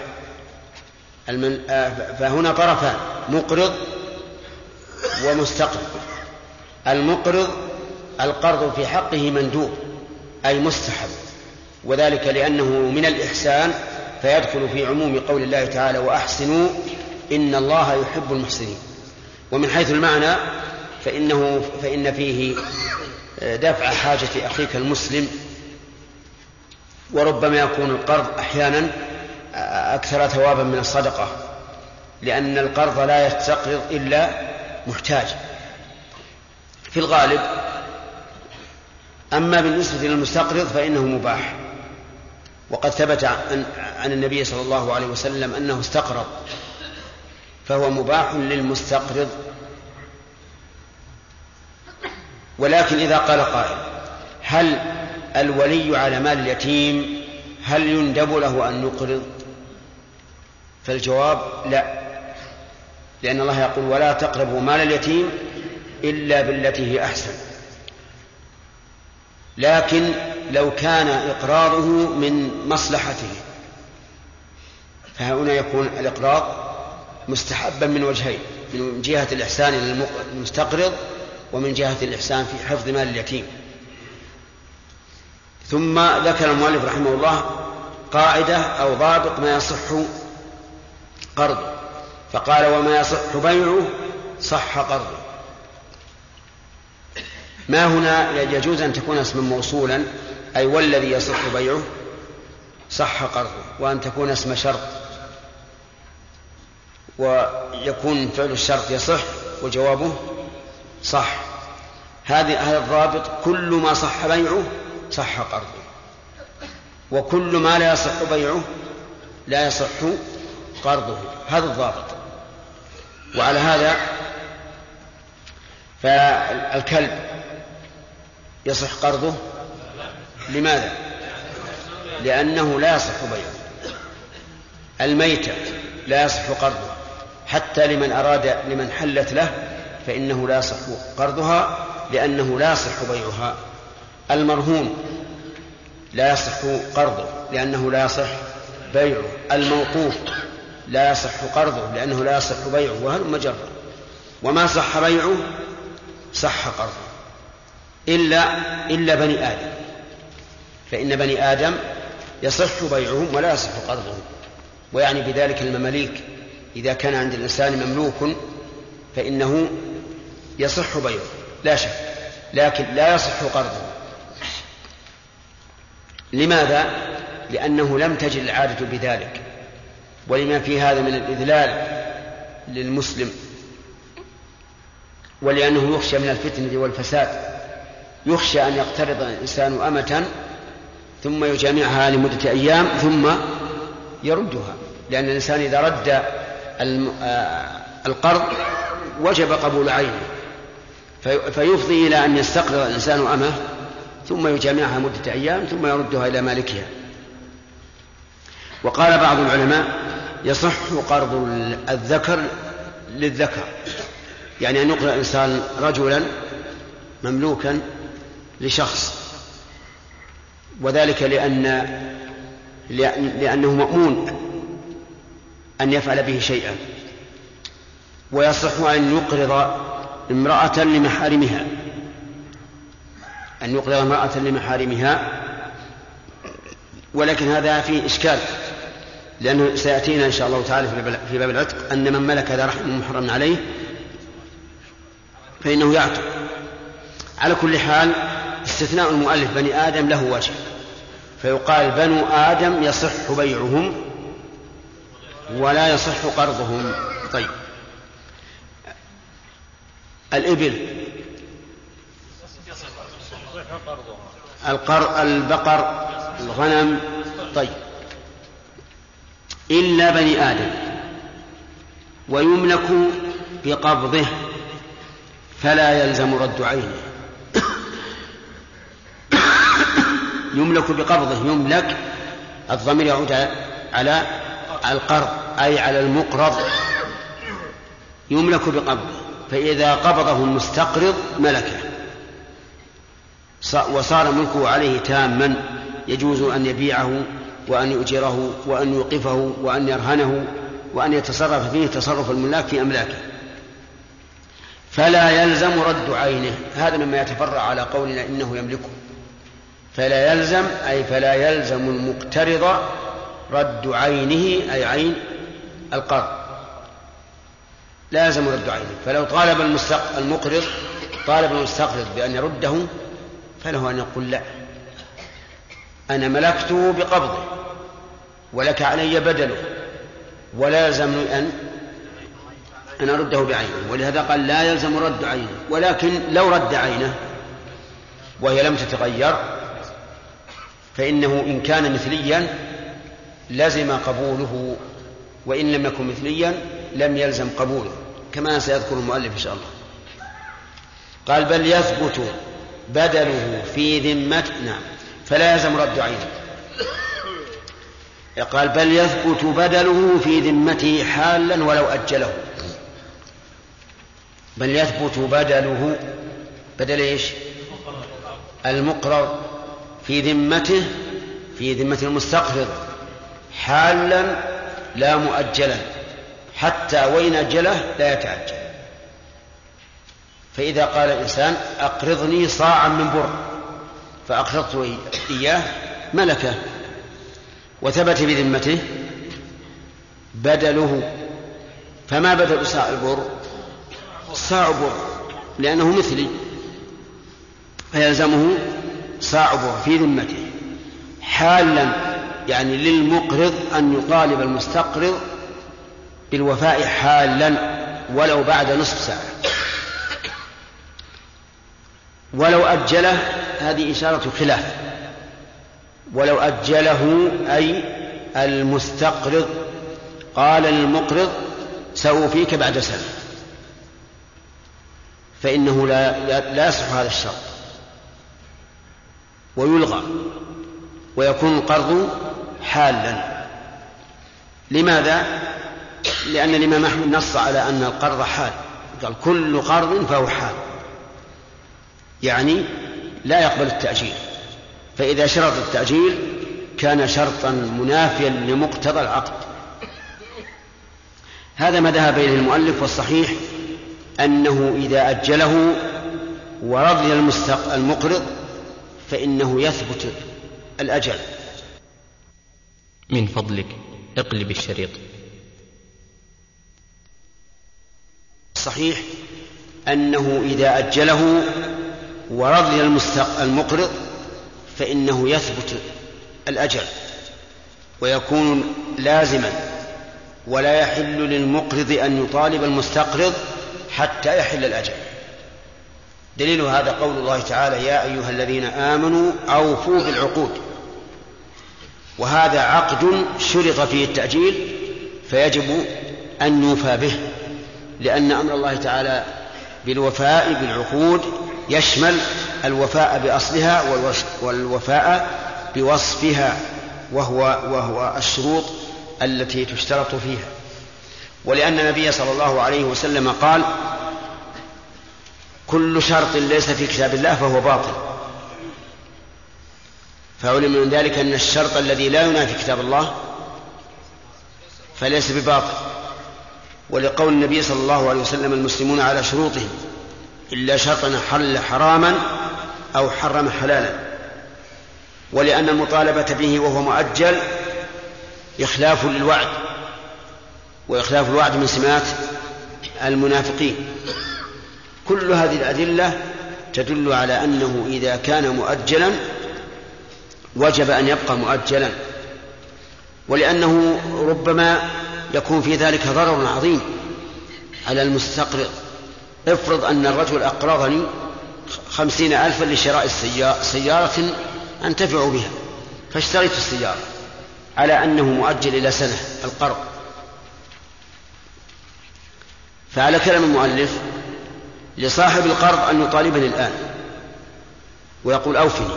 فهنا طرفان: مقرض ومستقرض. المقرض القرض في حقه مندوب أي مستحب، وذلك لأنه من الإحسان، فيدخل في عموم قول الله تعالى: وأحسنوا إن الله يحب المحسنين. ومن حيث المعنى فإن فيه دفع حاجة أخيك المسلم، وربما يكون القرض أحيانا أكثر ثوابا من الصدقة، لأن القرض لا يستقرض إلا محتاج في الغالب. أما بالنسبة للمستقرض فإنه مباح، وقد ثبت عن النبي صلى الله عليه وسلم أنه استقرض، فهو مباح للمستقرض. ولكن إذا قال قائل: هل الولي على مال اليتيم هل يندب له أن يقرض؟ فالجواب لا، لأن الله يقول: ولا تقربوا مال اليتيم إلا بالتي هي أحسن. لكن لو كان إقراضه من مصلحته فهنا يكون الإقراض مستحبا من وجهين: من جهة الإحسان للمستقرض، ومن جهة الإحسان في حفظ مال اليتيم. ثم ذكر المؤلف رحمه الله قاعدة أو ضابط ما يصح قرضه، فقال: وما يصح بيعه صح قرضه. ما هنا يجوز أن تكون اسما موصولا، أي والذي يصح بيعه صح قرضه، وأن تكون اسم شرط ويكون فعل الشرط يصح وجوابه صح. هذا الضابط: كل ما صح بيعه صح قرضه، وكل ما لا يصح بيعه لا يصح قرضه. هذا الضابط. وعلى هذا فالكلب يصح قرضه. لماذا؟ لأنه لا يصح بيعه. الميتة لا يصح قرضه، حتى لمن حلت له فإنه لا يصح قرضها لأنه لا يصح بيعها. المرهون لا يصح قرضه لأنه لا يصح بيعه. الموقوف لا يصح قرضه لأنه لا يصح بيعه، وهل مجرد. وما صح بيعه صح قرضه إلا بني آدم، فإن بني آدم يصح بيعهم ولا يصح قرضهم. ويعني بذلك المماليك، إذا كان عند الإنسان مملوك فإنه يصح بيعه لا شك، لكن لا يصح قرضه. لماذا؟ لأنه لم تجد العادة بذلك، ولما في هذا من الإذلال للمسلم، ولأنه يخشى من الفتنة والفساد. يخشى أن يقترض الإنسان أمة ثم يجامعها لمدة أيام ثم يردها، لأن الإنسان إذا رد القرض وجب قبول عينه، فيفضي إلى أن يستقرض الإنسان أمه ثم يجامعها مدة أيام ثم يردها إلى مالكها. وقال بعض العلماء: يصح قرض الذكر للذكر، يعني أن يقرض الإنسان رجلا مملوكا لشخص، وذلك لأنه مأمون أن يفعل به شيئا. ويصح أن يقرض امرأة لمحارمها، أن يقرض امرأة لمحارمها، ولكن هذا فيه إشكال، لأنه سيأتينا إن شاء الله تعالى في باب العتق أن من ملك ذا رحم محرم عليه فإنه يعتق. على كل حال استثناء المؤلف بني آدم له وجه، فيقال: بنو آدم يصح بيعهم ولا يصح قرضهم. طيب، الإبل، البقر، الغنم، طيب، إلا بني آدم، ويملك بقبضه فلا يلزم رد عينه. يملك بقبضه، يملك الضمير يعود على القرض أي على المقرض، يملك بقبضه، فإذا قبضه المستقرض ملكه وصار ملكه عليه تاما، يجوز أن يبيعه وأن يؤجره وأن يوقفه وأن يرهنه وأن يتصرف فيه تصرف الملاك في أملاكه، فلا يلزم رد عينه. هذا مما يتفرع على قولنا إنه يملكه. فلا يلزم أي فلا يلزم المقترض رد عينه أي عين القرض، لا يلزم رد عينه. فلو طالب المقرض طالب المستقرض بأن يرده فله أن يقول: لا، أنا ملكته بقبضه ولك علي بدله، ولا يلزمني أن أن أرده بعينه، ولهذا قال لا يلزم رد عينه، ولكن لو رد عينه وهي لم تتغير فإنه إن كان مثليا لزم قبوله، وإن لم يكن مثليا لم يلزم قبوله، كما سيذكر المؤلف إن شاء الله. قال بل يثبت بدله في ذمته، نعم، فلا يلزم رد عينه. قال بل يثبت بدله في ذمته حالا ولو أجله. بل يثبت بدله، بدل إيش؟ المقرض في ذمته، في ذمة المستقرض حالا لا مؤجلا، حتى وإن أجله لا يتعجل. فإذا قال الإنسان أقرضني صاعا من بر فأقرضت إياه ملكه وثبت بذمته بدله، فما بدل صاع البر؟ صاع بر، لأنه مثلي، فيلزمه صاع بر في ذمته حالا، يعني للمقرض أن يطالب المستقرض بالوفاء حالا ولو بعد نصف ساعة. ولو أجله هذه إشارة خلاف، ولو أجله أي المستقرض قال للمقرض سأوفيك بعد سنة، فإنه لا يصح هذا الشرط ويلغى ويكون القرض حالا. لماذا؟ لأن الإمام أحمد نص على أن القرض حال، قال كل قرض فهو حال، يعني لا يقبل التأجيل، فإذا شرط التأجيل كان شرطا منافيا لمقتضى العقد. هذا ما ذهب إليه المؤلف، والصحيح أنه إذا أجله ورضي المقرض فإنه يثبت الأجل. من فضلك اقلب الشريط. الصحيح أنه إذا أجله ورضي المقرض فإنه يثبت الأجل ويكون لازما، ولا يحل للمقرض أن يطالب المستقرض حتى يحل الأجل. دليل هذا قول الله تعالى يا أيها الذين آمنوا أوفوا بالعقود، وهذا عقد شرط فيه التأجيل فيجب أن يوفى به، لأن أمر الله تعالى بالوفاء بالعقود يشمل الوفاء بأصلها والوفاء بوصفها، وهو الشروط التي تشترط فيها. ولأن النبي صلى الله عليه وسلم قال كل شرط ليس في كتاب الله فهو باطل، فعلم من ذلك أن الشرط الذي لا ينافي كتاب الله فليس بباطل. ولقول النبي صلى الله عليه وسلم المسلمون على شروطهم إلا شرطا حل حراما أو حرم حلالا. ولأن المطالبة به وهو مؤجل إخلاف للوعد، وإخلاف الوعد من سمات المنافقين. كل هذه الأدلة تدل على أنه إذا كان مؤجلا وجب أن يبقى مؤجلا، ولأنه ربما يكون في ذلك ضرر عظيم على المستقرض. افرض أن الرجل أقرضني 50,000 لشراء سيارة أنتفع بها، فاشتريت السيارة على أنه مؤجل إلى سنة القرض، فعلى كلام المؤلف لصاحب القرض أن يطالبني الآن ويقول أوفني،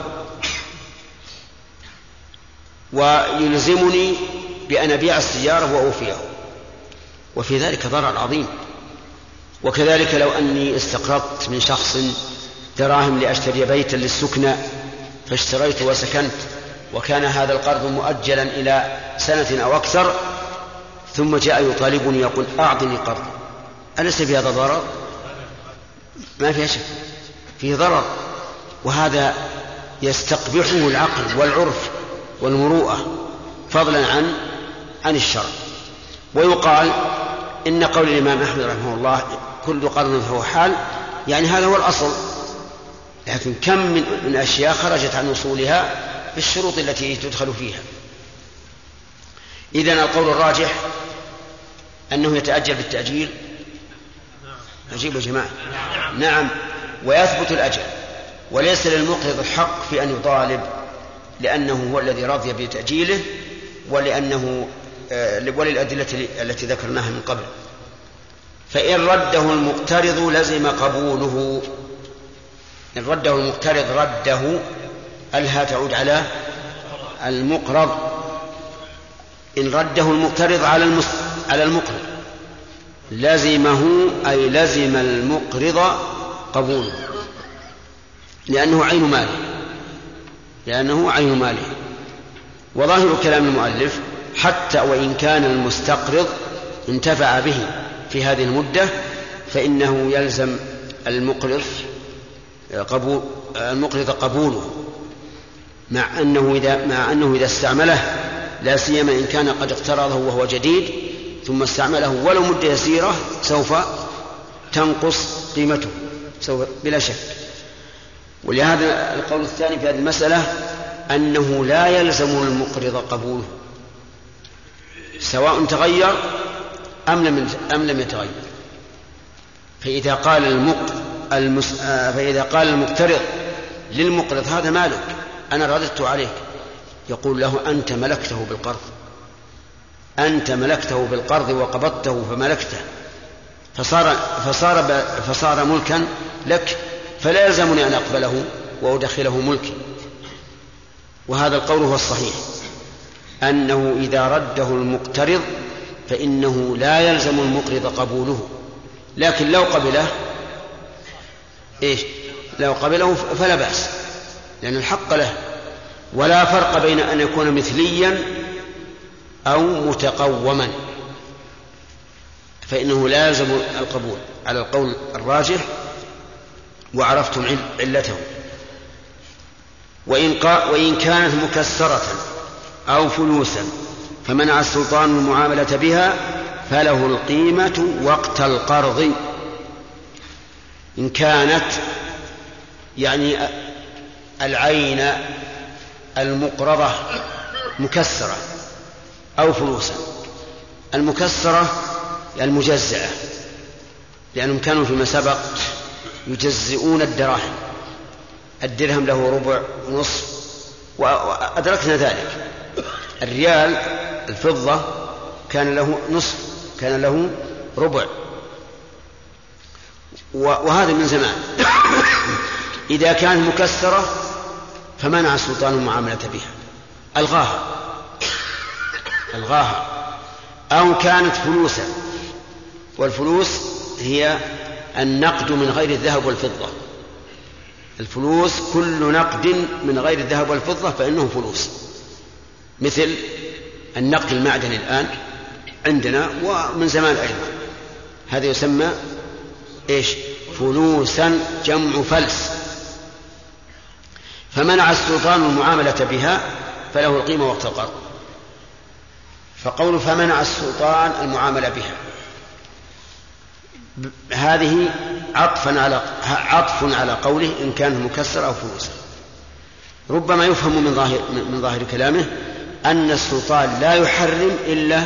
ويلزمني بأن أبيع السيارة وأوفيه، وفي ذلك ضرر عظيم. وكذلك لو أني استقرضت من شخص دراهم لأشتري بيتا للسكنى فاشتريت وسكنت، وكان هذا القرض مؤجلا إلى سنة أو أكثر، ثم جاء يطالبني يقول أعطني قرض، أليس في هذا ضرر؟ ما فيه شك، فيه ضرر، وهذا يستقبحه العقل والعرف والمروءة فضلا عن الشرع. ويقال إن قول الإمام أحمد رحمه الله كل قرض فهو حال، يعني هذا هو الأصل، لكن كم من أشياء خرجت عن أصولها بالشروط التي تدخل فيها. إذن القول الراجح أنه يتأجل بالتأجيل أجيب يا جماعة. نعم، ويثبت الأجل، وليس للمقرض الحق في أن يطالب، لأنه هو الذي رضي بتأجيله، وللأدلة التي ذكرناها من قبل. فإن رده المقترض لزم قبوله. إن رده المقترض رده، ألها تعود على المقرض. إن رده المقترض على المقرض لزمه، أي لزم المقرض قبوله، لأنه عين ماله. وظاهر كلام المؤلف حتى وإن كان المستقرض انتفع به في هذه المدة فإنه يلزم المقرض قبوله، مع أنه إذا استعمله، لا سيما إن كان قد اقترضه وهو جديد ثم استعمله ولو مدة يسيرة، سوف تنقص قيمته بلا شك. ولهذا القول الثاني في هذه المسألة أنه لا يلزم المقرض قبوله، سواء تغير أم لم يتغير. فإذا قال المقترض للمقرض هذا مالك أنا رددت عليك، يقول له أنت ملكته بالقرض وقبضته فملكته، فصار ملكا لك، فلا يلزمني أن أقبله وأدخله ملكي. وهذا القول هو الصحيح، أنه إذا رده المقترض فإنه لا يلزم المقرض قبوله، لكن لو قبله فلا بأس، لأن الحق له. ولا فرق بين أن يكون مثليا أو متقوما، فإنه لا يلزم القبول على القول الراجح، وعرفتم علته. وإن كانت مكسرة أو فلوسا فمنع السلطان المعاملة بها فله القيمة وقت القرض. إن كانت يعني العين المقرضة مكسرة أو فلوسا، المكسرة المجزئة، لأنهم كانوا فيما سبق يجزئون الدراهم، الدرهم له ربع ونصف، وأدركنا ذلك. الريال الفضة كان له نصف، كان له ربع، وهذا من زمان. إذا كانت مكسرة فمنع السلطان المعاملة بها، ألغاها. أو كانت فلوسا، والفلوس هي النقد من غير الذهب والفضة. الفلوس كل نقد من غير الذهب والفضة فإنه فلوس، مثل النقد المعدني الآن عندنا ومن زمان أيضا، هذا يسمى فلوسا، جمع فلس. فمنع السلطان المعاملة بها فله القيمة وقت القرض. فقول فمنع السلطان المعاملة بها هذه عطف على قوله إن كان مكسر أو فلوسا. ربما يفهم من ظاهر كلامه أن السلطان لا يحرم إلا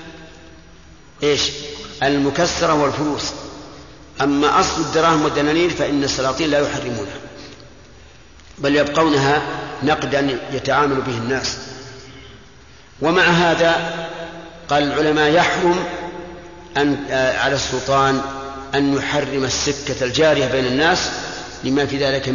المكسرة والفلوس، أما أصل الدراهم والدنانير فإن السلاطين لا يحرمونها، بل يبقونها نقدا يتعامل به الناس. ومع هذا قال العلماء يحرم على السلطان أن يحرم السكة الجارية بين الناس، لما في ذلك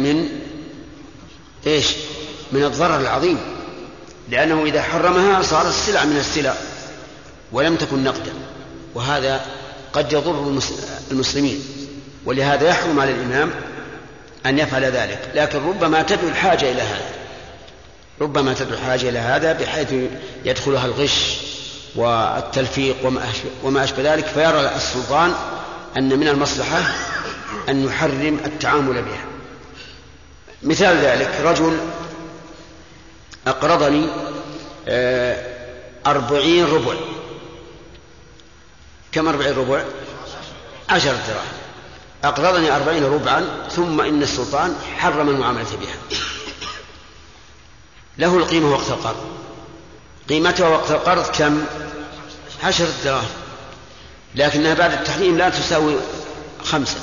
من الضرر العظيم، لأنه إذا حرمها صارت السلعة من السلع ولم تكن نقدا، وهذا قد يضر المسلمين. ولهذا يحرم على الإمام أن يفعل ذلك، لكن ربما تدعو الحاجة إلى هذا، بحيث يدخلها الغش والتلفيق وما أشبه ذلك، فيرى السلطان أن من المصلحة أن يحرم التعامل بها. مثال ذلك رجل أقرضني 40 ربع. كم 40 ربع؟ 10 دراهم. أقرضني 40 ربعا، ثم إن السلطان حرم المعاملة بها. له القيمة وقت القرض، قيمتها وقت القرض كم؟ 10 دراهم، لكنها بعد التحريم لا تساوي 5.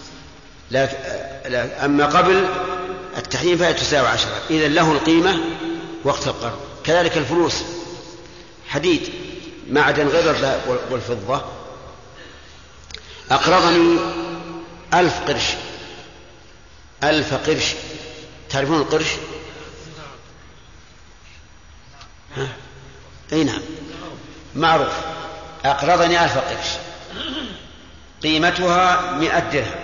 أما قبل التحريم فهي تساوي 10. إذن له القيمة وقت القرض. كذلك الفلوس، حديد، معدن غير الذهب والفضة، أقرضني 1000 قرش. 1000 قرش، تعرفون القرش؟ أي نعم معروف. أقرضني 1000 قرش، قيمتها 100 درهم،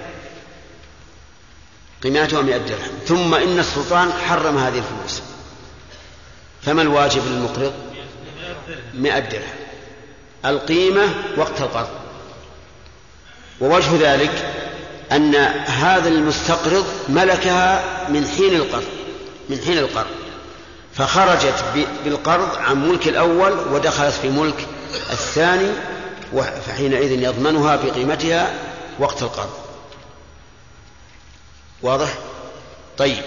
قيمتها 100 درهم. ثم إن السلطان حرم هذه الفلوس، فما الواجب للمقرض؟ 100 درهم القيمة وقت القرض. ووجه ذلك أن هذا المستقرض ملكها من حين القرض، فخرجت بالقرض عن ملك الأول ودخلت في ملك الثاني، فحينئذ يضمنها بقيمتها وقت القرض. واضح؟ طيب،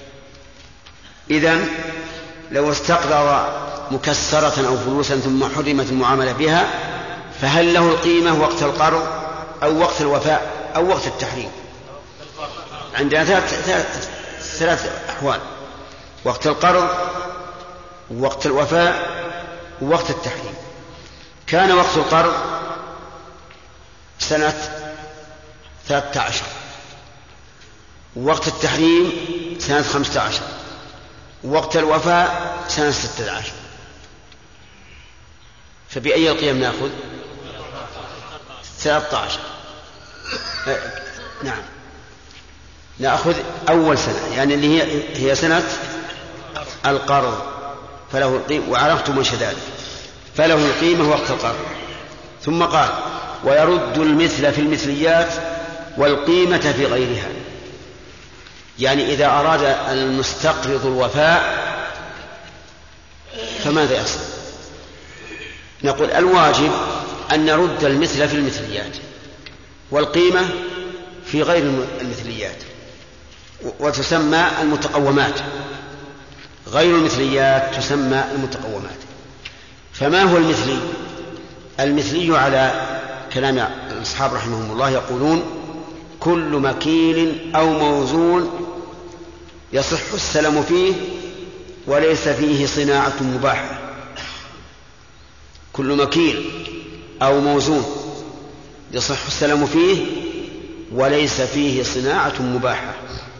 إذن لو استقرض مكسرة أو فلوسا ثم حرمت المعاملة بها، فهل له القيمة وقت القرض أو وقت الوفاء أو وقت التحريم؟ عندنا ثلاث أحوال: وقت القرض، وقت الوفاء، ووقت التحريم. كان وقت القرض سنة 13، ووقت التحريم سنة 15، ووقت الوفاء سنة 16. فبأي القيم نأخذ؟ 13. نعم، نأخذ أول سنة، يعني اللي هي سنة القرض، فله القيمة. وعرفتم وش ذلك، فله القيمة وقت القرض. ثم قال: ويرد المثل في المثليات والقيمة في غيرها. يعني إذا أراد المستقرض الوفاء فماذا يصنع؟ نقول: الواجب أن نرد المثل في المثليات والقيمة في غير المثليات، وتسمى المتقومات. غير المثليات تسمى المتقومات. فما هو المثلي؟ المثلي على كلام الأصحاب رحمهم الله يقولون: كل مكيل أو موزون يصح السلم فيه وليس فيه صناعة مباحة. كل مكيل أو موزون يصح السلم فيه وليس فيه صناعة مباحة.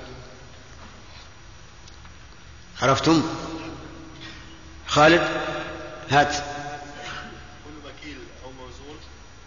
عرفتم؟ خالد هات. كل مكيل أو موزون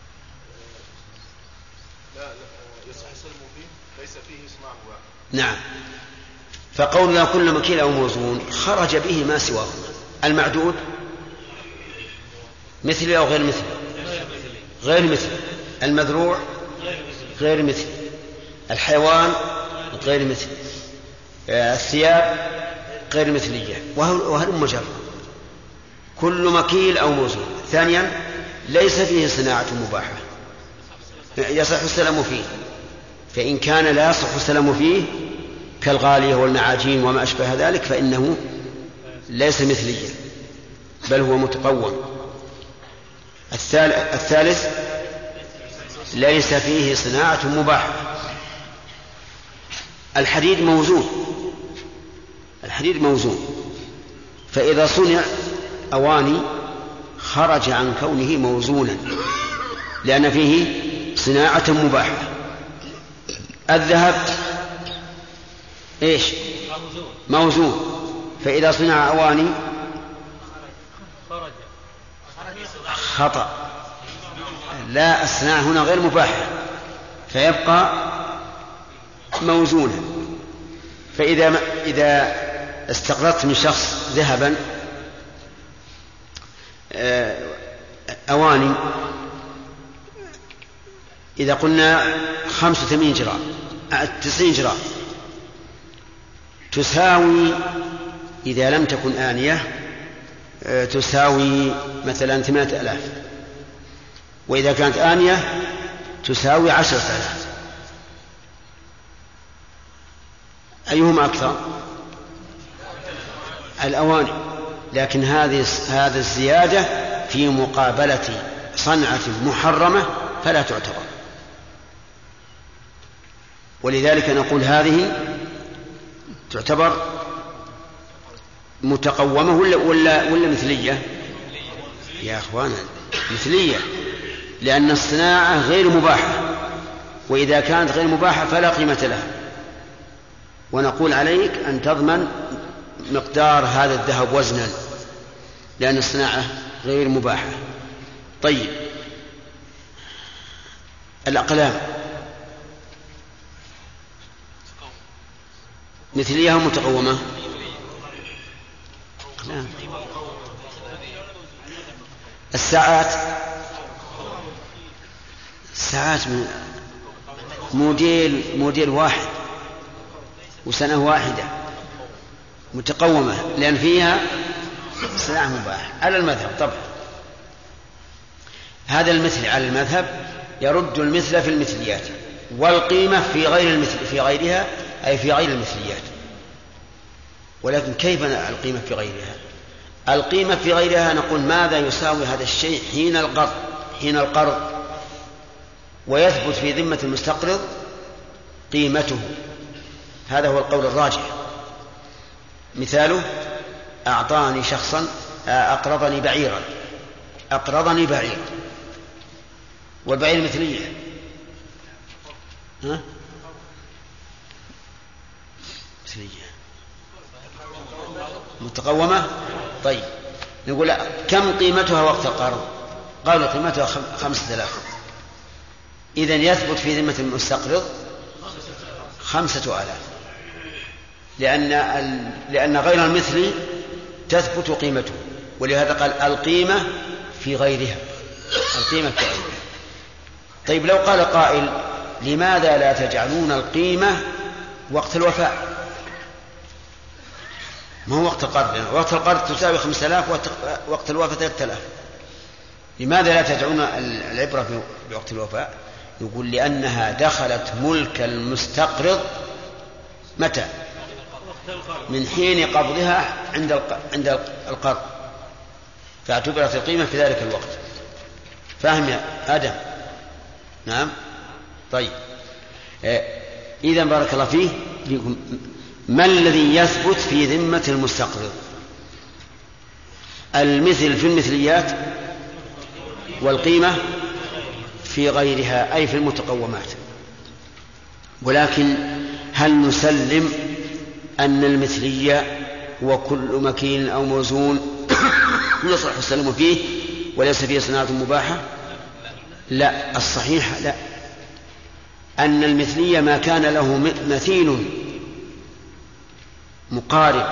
لا يصح السلم فيه ليس فيه صناعة مباحة. نعم، فقولنا كل مكيل أو موزون خرج به ما سواه. المعدود مثلي أو غير مثلي؟ غير مثلي. المذروع غير مثلي. الحيوان غير مثلي. الثياب غير مثلية، وهل مجرد. كل مكيل أو موزون. ثانيا: ليس فيه صناعة مباحة، يصح السلم فيه. فإن كان لا يصح السلم فيه كالغالية والمعاجين وما أشبه ذلك فإنه ليس مثليا بل هو متقوم. الثالث: ليس فيه صناعة مباحة. الحديد موزون، الحديد موزون، فإذا صنع أواني خرج عن كونه موزونا لأن فيه صناعة مباحة. الذهب إيش؟ موزون، فإذا صنع أواني خطأ. لا، الصناعة هنا غير مباحة فيبقى موزونا. فإذا استقرضت من شخص ذهبا أواني، إذا قلنا 85 جرام 90 جرام تساوي، إذا لم تكن آنية تساوي مثلا 8000، وإذا كانت آنية تساوي 10,000. أيهما أكثر؟ الأواني. لكن هذه الزيادة في مقابلة صنعة محرمة فلا تعتبر. ولذلك نقول هذه تعتبر متقومة ولا مثلية؟ يا أخوانا مثلية، لأن الصناعة غير مباحة، وإذا كانت غير مباحة فلا قيمة لها. ونقول عليك أن تضمن مقدار هذا الذهب وزنا، لأن الصناعة غير مباحة. طيب الأقلام مثلية ومتقومة؟ الساعات موديل واحد وسنة واحدة متقومة، لأن فيها صناعة مباحة على المذهب. طبعا هذا المثل على المذهب يرد المثل في المثليات، والقيمة في غير المثل في غيرها، أي في غير المثليات. ولكن كيف القيمة في غيرها؟ القيمة في غيرها نقول ماذا يساوي هذا الشيء حين القرض ويثبت في ذمة المستقرض قيمته. هذا هو القول الراجح. مثاله أعطاني شخصا أقرضني بعيرا والبعير مثلية، متقومة. طيب نقول كم قيمتها وقت القرض؟ قالوا قيمتها 5000. إذن يثبت في ذمة المستقرض 5000، لأن غير المثل تثبت قيمته. ولهذا قال القيمة في غيرها. طيب لو قال قائل لماذا لا تجعلون القيمة وقت الوفاء؟ ما هو وقت القرض؟ وقت القرض تساوي 5000، وقت الوفاة 3000. لماذا لا تجعلون العبرة بوقت الوفاء؟ يقول لأنها دخلت ملك المستقرض متى؟ من حين قبضها عند القرض، فاعتبرت القيمة في ذلك الوقت. فاهم يا آدم؟ نعم. طيب إذن بارك الله فيه، ما الذي يثبت في ذمة المستقرض؟ المثل في المثليات، والقيمة في غيرها أي في المتقومات. ولكن هل نسلم أن المثلية وكل مكين أو موزون يصلح السلم فيه وليس فيه صناعة مباحة؟ لا، الصحيح لا، أن المثلية ما كان له مثيل مقارب،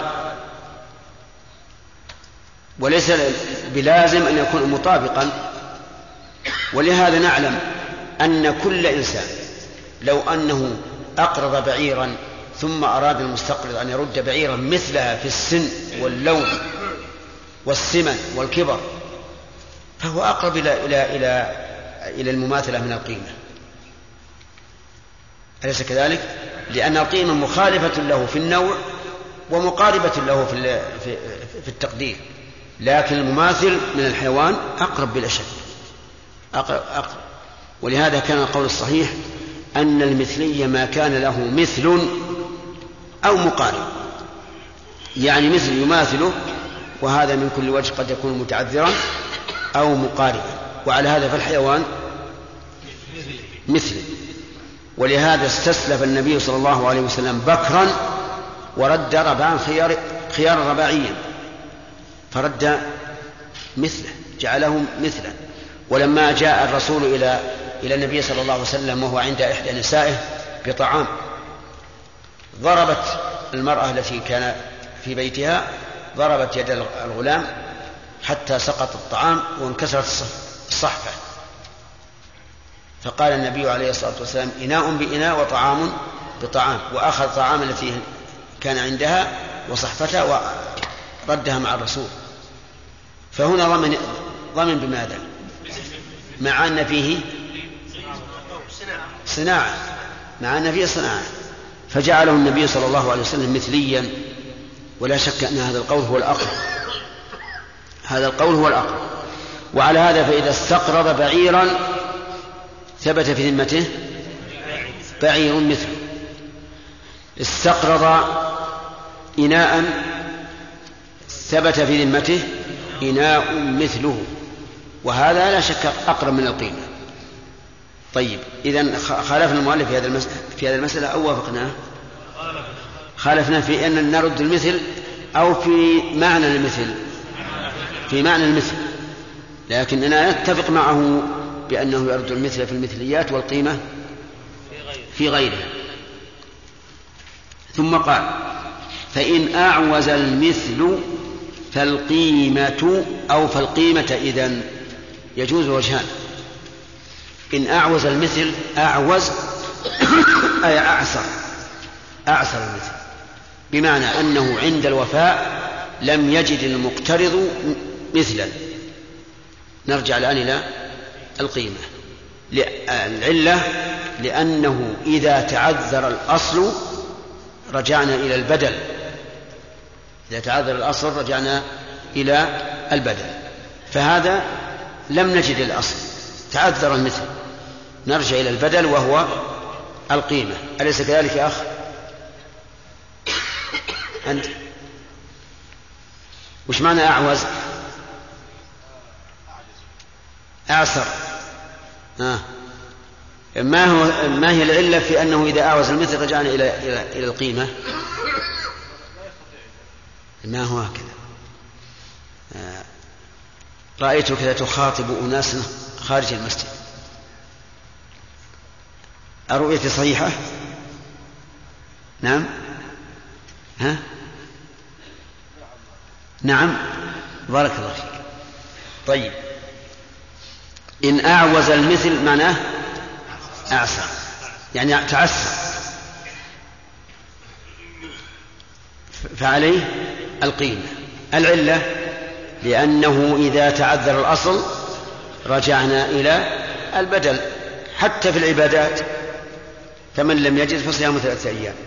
وليس بلازم أن يكون مطابقا. ولهذا نعلم أن كل إنسان لو أنه أقرض بعيرا ثم أراد المستقرض أن يرد بعيرا مثلها في السن واللون والسمن والكبر، فهو أقرب إلى المماثلة من القيمة. أليس كذلك؟ لأن القيمة مخالفة له في النوع ومقاربة له في التقدير، لكن المماثل من الحيوان أقرب بلا شك، أقرب. ولهذا كان القول الصحيح أن المثلية ما كان له مثل أو مقارب، يعني مثل يماثله، وهذا من كل وجه قد يكون متعذرا أو مقاربا. وعلى هذا فالحيوان مثل. ولهذا استسلف النبي صلى الله عليه وسلم بكرا ورد ربعا خيار رباعيا، فرد مثله، جعله مثلا. ولما جاء الرسول إلى النبي صلى الله عليه وسلم وهو عند إحدى نسائه بطعام، ضربت المرأة التي كان في بيتها، ضربت يد الغلام حتى سقط الطعام وانكسرت الصحفة. فقال النبي عليه الصلاة والسلام إناء بإناء وطعام بطعام، وأخذ طعام التي كان عندها وصحفتها وردها مع الرسول. فهنا ضمن بماذا؟ مع أن فيه صناعة، مع أن فيه صناعة، فجعله النبي صلى الله عليه وسلم مثليا. ولا شك أن هذا القول هو الأقرب، هذا القول هو الأقرب. وعلى هذا فإذا استقرض بعيرا ثبت في ذمته بعير مثله، استقرض إناء ثبت في ذمته إناء مثله، وهذا لا شك أقرب من القيمة. طيب إذن خالفنا المؤلف في هذه المسألة أو وافقناه؟ خالفنا في أن نرد المثل أو في معنى المثل؟ في معنى المثل، لكننا نتفق معه بأنه يرد المثل في المثليات والقيمة في غيرها. ثم قال: فإن أعوز المثل فالقيمة أو فالقيمة إذن يجوز وجهان. إن أعوز المثل، أعوز أي أعسر المثل، بمعنى أنه عند الوفاء لم يجد المقترض مثلا. نرجع الآن إلى القيمة. العلة لأنه إذا تعذر الأصل رجعنا إلى البدل. إذا تعذر الأصل رجعنا إلى البدل، فهذا لم نجد الأصل، تعذر المثل، نرجع إلى البدل وهو القيمة. أليس كذلك يا أخ أنت؟ وش معنى أعوز؟ أعسر. ما هي العلة في أنه إذا أعوز المثل رجعنا إلى القيمة؟ ما هو هكذا. رأيتك كذا تخاطب أناس خارج المسجد، الرؤية صحيحة؟ نعم. نعم، بارك الله فيك. طيب، إن أعوز المثل معناه أعسر، يعني تعسر، فعليه القيمة. العلة لأنه إذا تعذر الأصل رجعنا إلى البدل، حتى في العبادات، فمن لم يجد فصيام 3 أيام.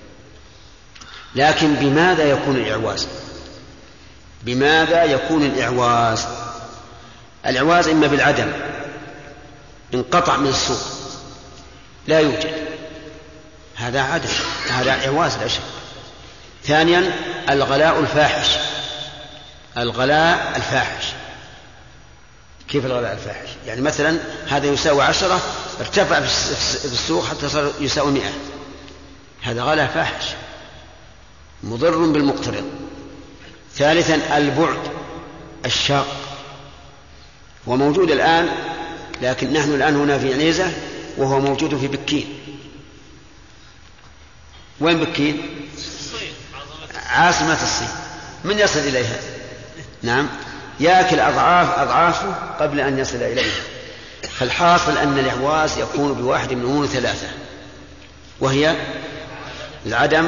لكن بماذا يكون الإعواز؟ بماذا يكون الإعواز؟ الإعواز إما بالعدم، انقطع من السوق لا يوجد، هذا عدم، هذا إعواز لا شك. ثانيا الغلاء الفاحش. الغلاء الفاحش كيف الغلاء الفاحش؟ يعني مثلا هذا يساوي 10، ارتفع في السوق حتى صار يساوي 100، هذا غلاء فاحش مضر بالمقترض. ثالثا البعد الشاق، وموجود الآن، لكن نحن الآن هنا في عنيزة وهو موجود في بكين. وين بكين؟ عاصمة الصين. من يصل إليها؟ نعم، يأكل أضعافه قبل أن يصل إليها. فالحاصل أن الإعواز يكون بواحد من أمور 3، وهي العدم،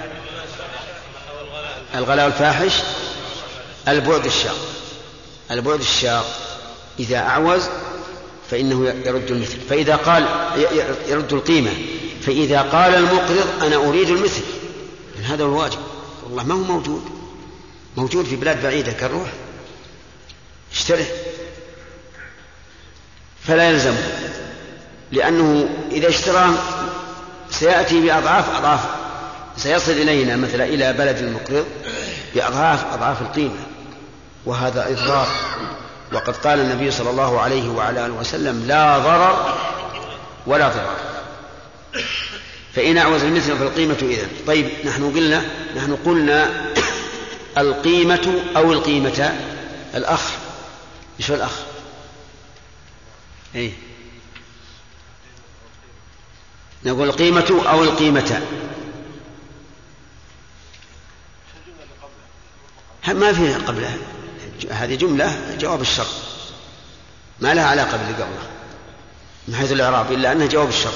الغلاء الفاحش، البعد الشاق. البعد الشاق إذا أعوز فإنه يرد المثل، فإذا قال يرد القيمة، فإذا قال المقرض أنا أريد المثل، هذا هو الواجب. والله ما هو موجود في بلاد بعيدة كالروح اشتره، فلا يلزم، لأنه إذا اشترى سيأتي بأضعاف، سيصل إلينا مثلا إلى بلد المقرض بأضعاف القيمة، وهذا إضرار. وقد قال النبي صلى الله عليه وعلى آله وسلم لا ضرر ولا ضرر. فإن أعوز المثل فالقيمة إذن. طيب، نحن قلنا القيمة أو القيمة. الأخ، إيش هو الأخ؟ نقول القيمة أو القيمة، ما فيها قبلها، هذه جملة جواب الشرط، ما لها علاقة باللي قبلها من حيث الإعراب، إلا أنها جواب الشرط.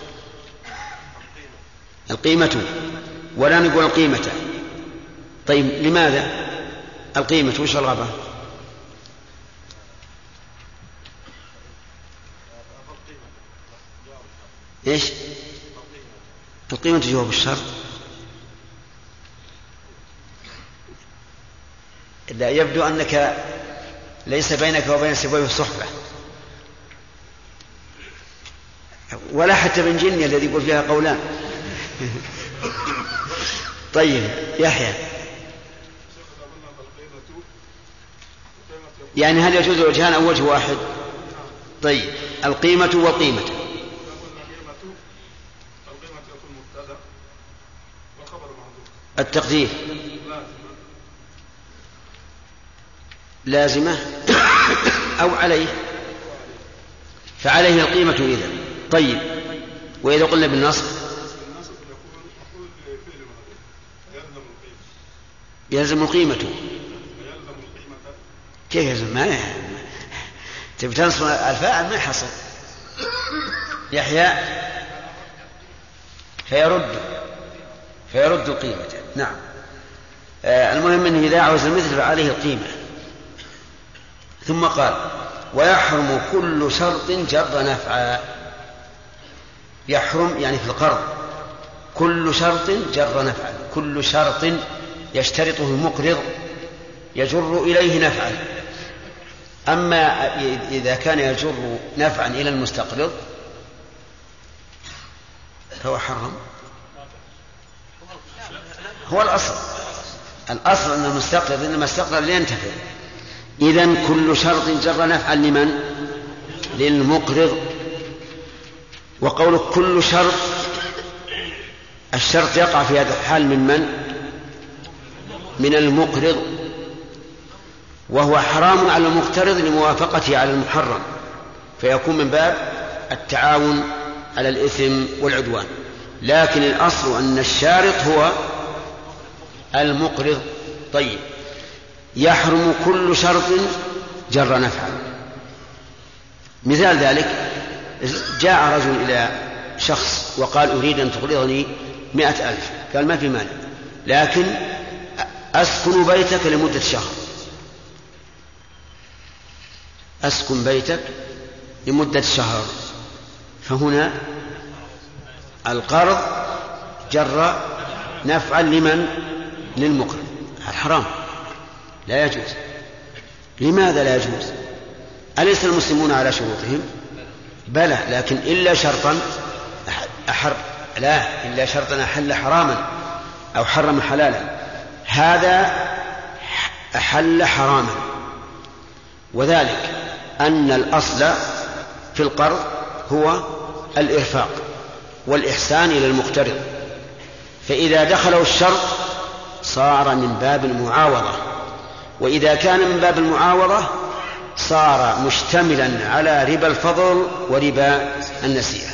القيمة، ولا نقول القيمة. طيب، لماذا القيمة؟ وش الغبة؟ إيش القيمة؟ جواب الشرط. لا، يبدو أنك ليس بينك وبين سبويه صحبة، ولا حتى من جني الذي يقول فيها قولان. طيب يحيى، يعني هل يجوز وجهان أو وجه واحد؟ طيب القيمة والقيمة. التقدير لازمة أو عليه، فعليه القيمة إذا. طيب وإذا قلنا بالنصب يلزم القيمة. كيف يلزم؟ ما تبي تنصب الفاعل ما يحصل. يحيى فيرد القيمة. نعم. المهم أنه إذا عوز المثل فعليه القيمة. ثم قال ويحرم كل شرط جر نفعا. يحرم يعني في القرض كل شرط جر نفعا، كل شرط يشترطه المقرض يجر إليه نفعا. أما إذا كان يجر نفعا إلى المستقرض فهو حرم. هو الأصل أن المستقرض إنما استقرض لينتفع. إذن كل شرط جر نفعا لمن؟ للمقرض. وقوله كل شرط، الشرط يقع في هذا الحال من المقرض، وهو حرام على المقترض لموافقته على المحرم، فيكون من باب التعاون على الإثم والعدوان. لكن الأصل أن الشارط هو المقرض. طيب يحرم كل شرط جر نفعا. مثال ذلك جاء رجل إلى شخص وقال أريد أن تقرضني 100,000. قال ما في مانع، لكن أسكن بيتك لمدة شهر. أسكن بيتك لمدة شهر. فهنا القرض جر نفعا لمن؟ للمقرض. الحرام لا يجوز. لماذا لا يجوز؟ أليس المسلمون على شروطهم؟ بلى، لكن إلا شرطا إلا شرطا أحل حراما أو حرم حلالا. هذا أحل حراما، وذلك أن الأصل في القرض هو الإرفاق والإحسان إلى المقترض، فإذا دخله الشرط صار من باب المعاوضة، وإذا كان من باب المعاوضة صار مشتملا على ربا الفضل وربا النسيئة.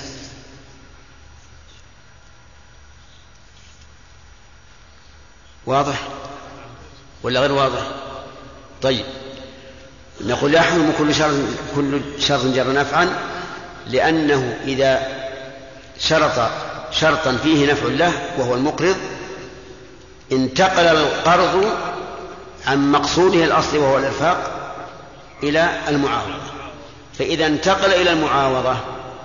واضح ولا غير واضح؟ طيب نقول يحرم كل شرط جر نفعا، لأنه إذا شرط شرطا فيه نفع له وهو المقرض انتقل القرض عن مقصوده الأصلي وهو الإرفاق إلى المعاوضة، فإذا انتقل إلى المعاوضة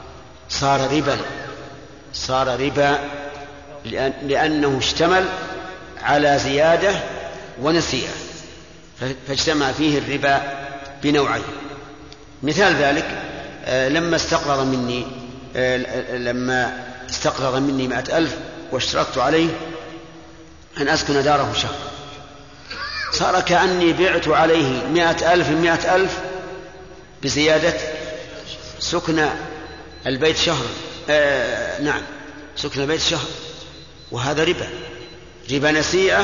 صار ربا لأنه اشتمل على زيادة ونسيئة، فاجتمع فيه الربا بنوعين. مثال ذلك لما استقرض مني 100,000 واشترطت عليه أن أسكن داره شهر، صار كأني بعت عليه 100,000 بزيادة سكن البيت شهر. نعم، سكن البيت شهر، وهذا ربا نسيئة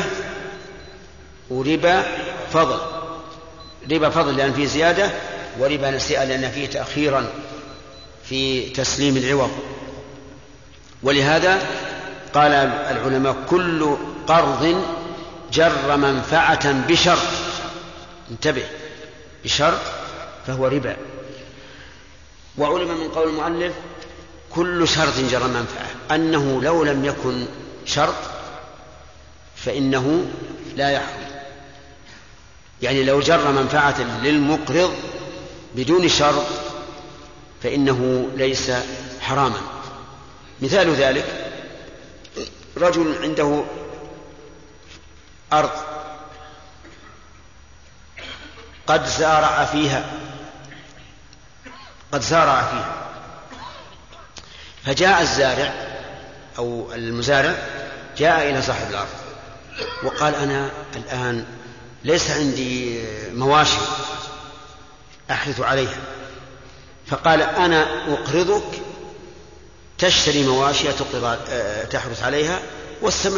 وربا فضل. ربا فضل لأن فيه زيادة، وربا نسيئة لأن فيه تأخيرا في تسليم العوض. ولهذا قال العلماء كل قرض جر منفعة بشرط، انتبه، بشرط فهو ربا. وعلم من قول المؤلف كل شرط جر منفعة أنه لو لم يكن شرط فإنه لا يحرم، يعني لو جر منفعة للمقرض بدون شرط فإنه ليس حراما. مثال ذلك رجل عنده أرض قد زارع فيها، فجاء الزارع أو المزارع جاء إلى صاحب الأرض وقال أنا الآن ليس عندي مواشي أحرث عليها، فقال أنا أقرضك تشتري مواشي تحرث عليها واستمر.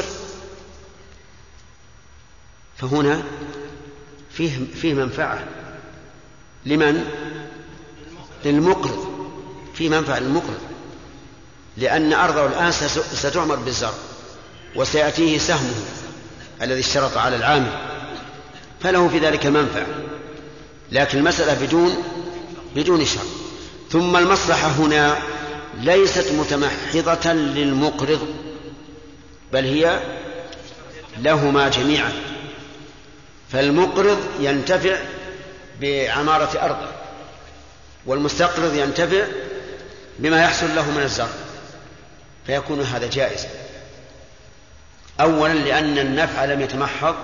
فهنا فيه منفعة لمن؟ للمقرض، فيه منفعة للمقرض، لأن أرضه الآن ستعمر بالزرع وسيأتيه سهمه الذي اشترط على العامل، فله في ذلك منفعة، لكن المسألة بدون شرط. ثم المصلحة هنا ليست متمحضة للمقرض، بل هي لهما جميعا، فالمقرض ينتفع بعمارة أرضه، والمستقرض ينتفع بما يحصل له من الزرع، فيكون هذا جائز. أولا لأن النفع لم يتمحض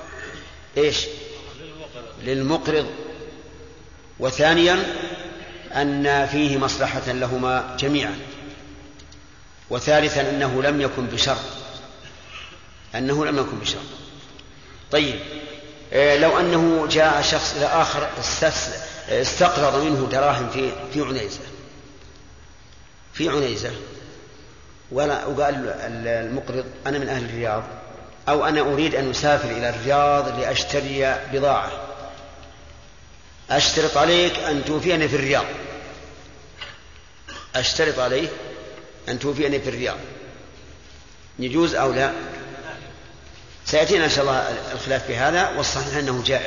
للمقرض، وثانيا أن فيه مصلحة لهما جميعا، وثالثا أنه لم يكن بشرط. طيب، لو أنه جاء شخص إلى آخر استقرض منه دراهم في عنيزة وقال المقرض أنا من أهل الرياض، أو أنا أريد أن أسافر إلى الرياض لأشتري بضاعة، أشترط عليك أن توفيني في الرياض، يجوز أو لا؟ سيأتينا إن شاء الله الخلاف في هذا، والصحيح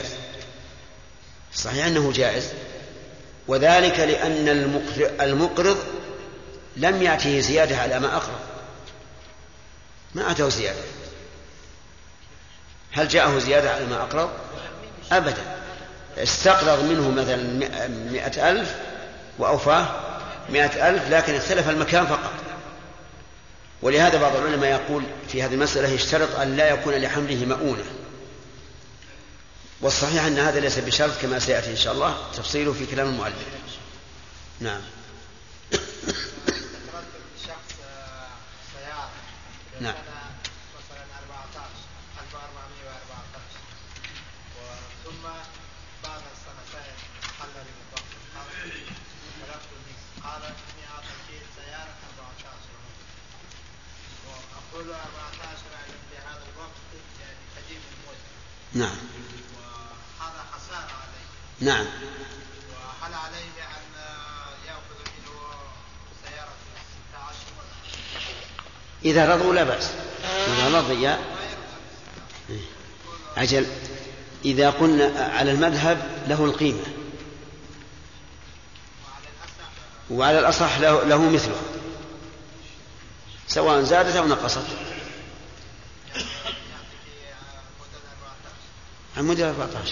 أنه جائز، وذلك لأن المقرض لم يأته زيادة على ما أقرض، ما أتاه زيادة. هل جاءه زيادة على ما أقرض؟ أبدا. استقرض منه مثلا 100,000 وأوفاه 100,000، لكن اختلف المكان فقط. ولهذا بعض العلماء يقول في هذه المسألة يشترط أن لا يكون لحمله مؤونة، والصحيح أن هذا ليس بشرط كما سيأتي إن شاء الله تفصيله في كلام المؤلف. نعم. نعم. مثلا 14,414 ثم بعد السنتين حل بالضبط قال إني أعطيك سيارة 14 وأقول 14 في هذا الوقت يعني قديم الموت. نعم. وهذا خسارة عليه. نعم. وهل عليه أن يأخذ منه سيارة 16 إذا رضوا لا بأس. إذا رضي عجل. إذا قلنا على المذهب له القيمة، وعلى الأصح له مثله سواء زادت أو نقصت. عمود 14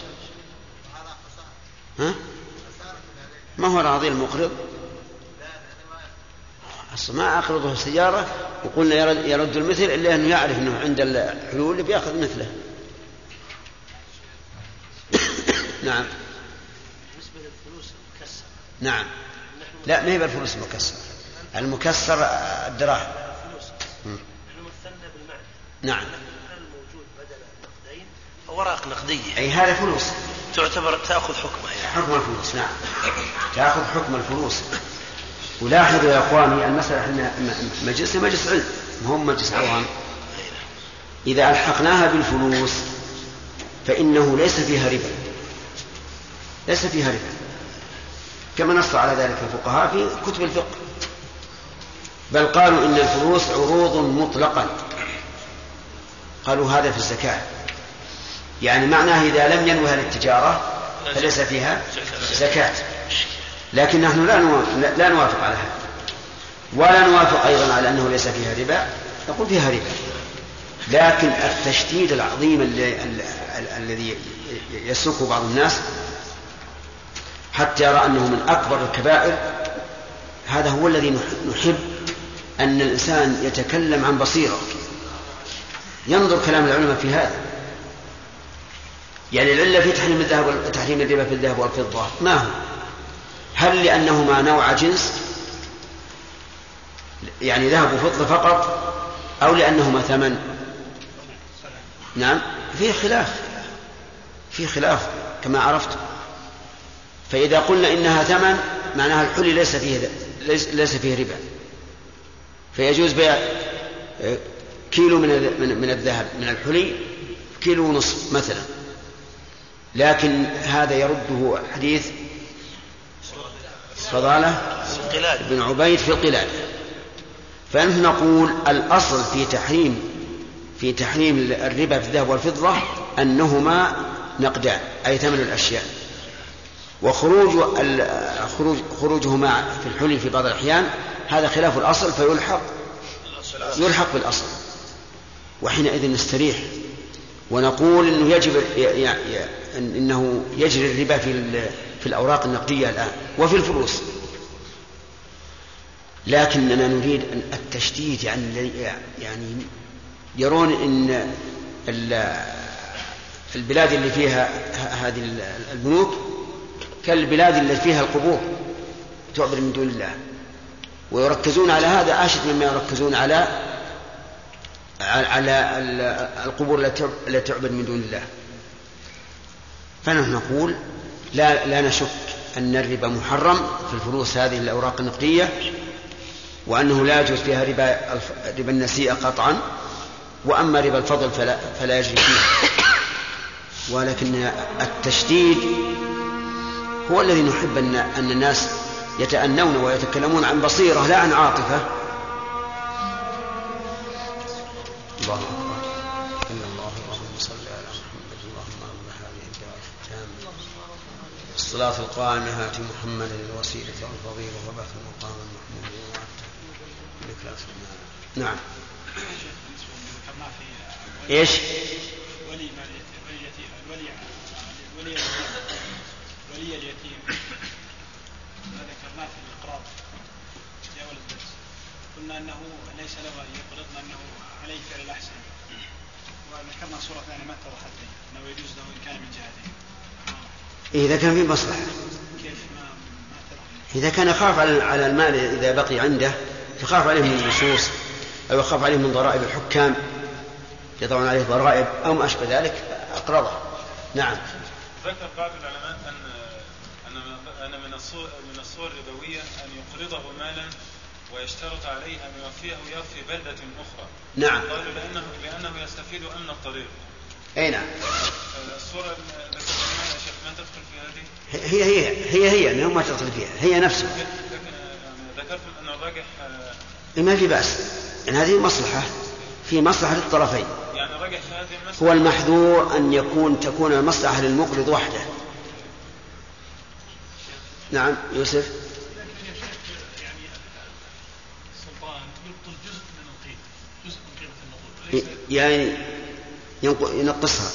ها؟ ما هو راضي المقرض؟ أصلا ما أقرضه السيارة وقلنا يرد المثل إلا أنه يعرف أنه عند الحلول اللي بيأخذ مثله. نعم. بالنسبة للفلوس المكسرة. نعم. لا، ما هي بالفلوس المكسرة، المكسر الدراهم. نحن مثلنا بالمعنى. نعم. الموجود بدل نقدين أوراق نقدية. أي هذا فلوس. تعتبر تأخذ حكمها يعني. حكم الفلوس. نعم. تأخذ حكم الفلوس. ولاحظوا يا أخواني المسألة إحنا مجلس علم، هم مجلس عوام. إذا ألحقناها بالفلوس فإنه ليس فيها ربا، كما نص على ذلك الفقهاء في كتب الفقه، بل قالوا إن الفلوس عروض مطلقا، قالوا هذا في الزكاة، يعني معناه إذا لم ينوها للتجارة فليس فيها زكاة. لكن نحن لا نوافق على هذا، ولا نوافق أيضا على أنه ليس فيها ربا، نقول فيها ربا، لكن التشديد العظيم الذي يسلكه بعض الناس حتى يرى أنه من أكبر الكبائر، هذا هو الذي نحب أن الإنسان يتكلم عن بصيرة، ينظر كلام العلماء في هذا. يعني العلة في تحريم الربا في الذهب والفضة ما هو؟ هل لأنهما نوع جنس يعني ذهب وفضة فقط، أو لأنهما ثمن؟ نعم في خلاف كما عرفت. فإذا قلنا إنها ثمن معناها الحلي ليس فيه ربا، فيجوز بيع كيلو من الذهب من الحلي 1.5 كيلو مثلا، لكن هذا يرده حديث فضالة بن عبيد في القلادة. فنحن نقول الأصل في تحريم الربا في الذهب والفضة أنهما نقدان أي ثمن الأشياء، وخروجهما في الحلي في بعض الأحيان هذا خلاف الأصل فيلحق بالأصل، وحينئذ نستريح ونقول إنه يجري الربا في الأوراق النقدية الآن وفي الفلوس، لكننا نريد التشديد، يعني يرون إن البلاد اللي فيها هذه البنوك كالبلاد اللي فيها القبور تعبد من دون الله، ويركزون على هذا أشد مما يركزون على القبور التي تعبد من دون الله. فنحن نقول لا نشك أن الربا محرم في الفلوس هذه الأوراق النقدية، وأنه لا يجوز فيها ربا النسيئة قطعا، وأما ربا الفضل فلا يجري فيه. ولكن التشديد هو الذي نحب أن الناس يتأنون ويتكلمون عن بصيرة لا عن عاطفة. الله أكبر. إن الله اللهم صل على محمد اللهم رب هذه الدعوة التامة الصلاة القائمة هات محمد الوسيلة والفضيلة وبعث المقام المحمود وعدته. نعم. ايش؟ ولي اليتيم ما ذكرناه في الإقراض يا ولد الدرس، قلنا أنه ليس له أن يقرض أنه عليه فعل الأحسن، وذكرنا صورة ثانية ما اتضحت لي أنه يجوز له إن كان من جهتين. إذا كان في مصلحة، كيف ما إذا كان يخاف على المال إذا بقي عنده، يخاف عليه من اللصوص أو يخاف عليه من ضرائب الحكام يضعون عليه ضرائب أو ما أشبه ذلك أقرضه. نعم. ذكر بعض العلماء أن من الصور الربوية أن يقرضه مالا ويشترط عليه أن يوفي بلدة أخرى. نعم. قالوا لأنه يستفيد أمن الطريق. أي نعم. الصورة التي يا شيخ ما تدخل في هذه؟ هي أنه ما تدخل فيها، هي نفسها. ذكرت أن الراجح ما في بأس، يعني هذه مصلحة، في مصلحة للطرفين. يعني الراجح في هذه المسألة هو المحذور أن تكون المصلحة للمقرض وحده. نعم يوسف. يعني السلطان يبطل جزء من القيمة، جزء من قيمة النقود، يعني ينقصها.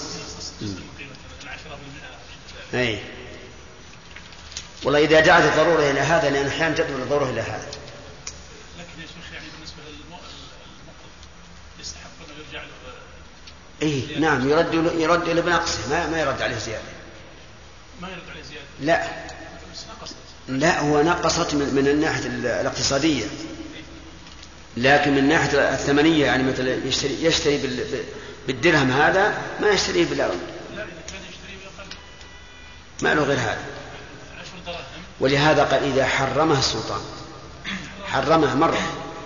أي والله إذا دعت الضرورة إلى هذا، لأن أحيانا تدعو الضرورة إلى هذا. لكن يا شيخ يعني بالنسبة للمقرض يستحق أن يرجع له. إيه نعم، يرد إلى بنقصه، ما يرد عليه زيادة. ما يرد عليه زيادة. لا هو نقصت من الناحية الاقتصادية، لكن من الناحية الثمنية يعني مثلا يشتري بالدرهم هذا ما يشتريه بالأرض. لا إذا كان يشتري بأقل ما له غير هذا. ولهذا قال إذا حرمها السلطان حرمها مرة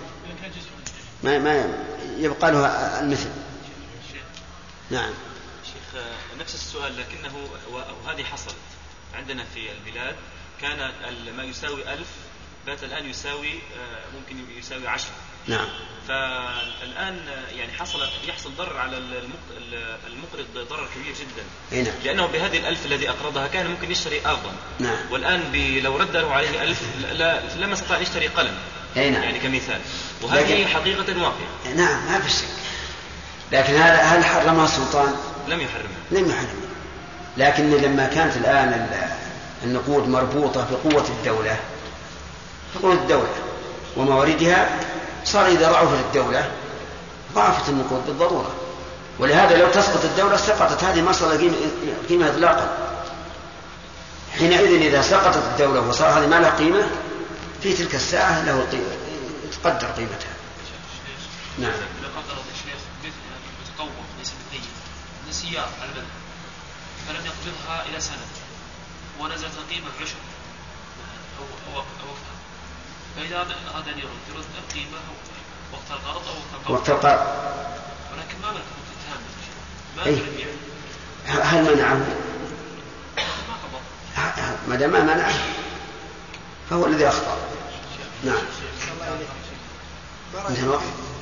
ما يبقى له المثل. نعم شيخ نفس السؤال، لكنه وهذه حصلت عندنا في البلاد، كان ما يساوي 1000 بات الآن يساوي ممكن يساوي 10. نعم. فالآن يعني يحصل ضرر على المقرض، ضرر كبير جدا. نعم. لأنه بهذه 1000 الذي أقرضها كان ممكن يشتري أفضل. نعم. والآن لو رد له عليه 1000 لما استطاع يشتري قلم. نعم. يعني كمثال، وهذه حقيقة واقعة. نعم ما في شك. لكن هل حرمها السلطان؟ لم يحرمها. لكن لما كانت الآن النقود مربوطة بقوة الدولة ومواردها، صار إذا ضعفت الدولة ضعفت النقود بالضرورة. ولهذا لو تسقط الدولة سقطت هذه مسألة قيمة إطلاقا. حينئذ إذا سقطت الدولة وصار هذه ما لها قيمة، في تلك الساعة له تقدر قيمتها. نعم. سيارة على المذهب فلم يقبضها إلى سنة ونزلت القيمة بعشر أو وقتها، فإذا أراد أن يرد القيمة وقت القرض أو وقت القرض، ولكن ما ملك متهم ما يقدر يبيع. هل منعه؟ ما قبض. ما دام ما منعه فهو الذي أخطأ. نعم. انتهى الوقت.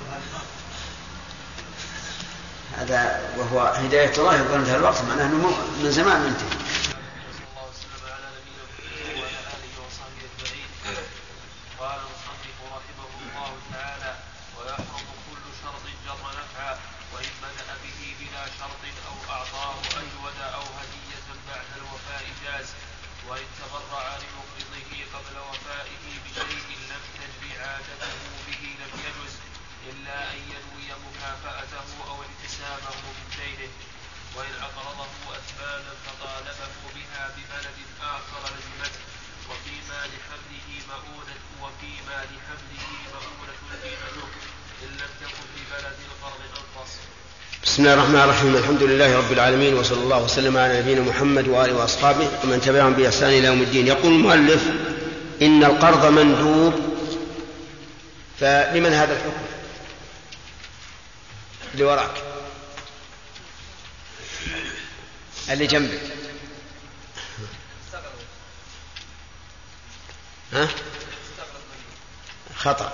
هذا وهو هداية الله يقول انتهى الوقت، معناه أنه من زمان منتهي. صلى الله وسلم على نبينا محمد وعلى آله وصحبه أجمعين. قال المصنف رحمه الله تعالى: ويحرم كل شرط جر نفعا وإن بدأ به بلا شرط أو أعطاه أجود أو هدية بعد الوفاء جاز، وإن تبرع لمقرضه قبل وفائه بشيء لم تجر عادته به لم يجز إلا أن ينوي مكافأته أو اكتسابه من دينه، وإن أقرضه أثمانا فطالبه بها ببلد آخر لزمته، وفيما لحمله مؤونة قيمته إن لم تكن ببلد القرض أنقص. بسم الله الرحمن الرحيم. الحمد لله رب العالمين، وصلى الله وسلم على نبينا محمد وآله وأصحابه ومن تبعهم بإحسان إلى يوم الدين. يقول المؤلف: إن القرض مندوب. فلمن هذا الحكم؟ اللي وراك، اللي جنبك. ها؟ خطأ.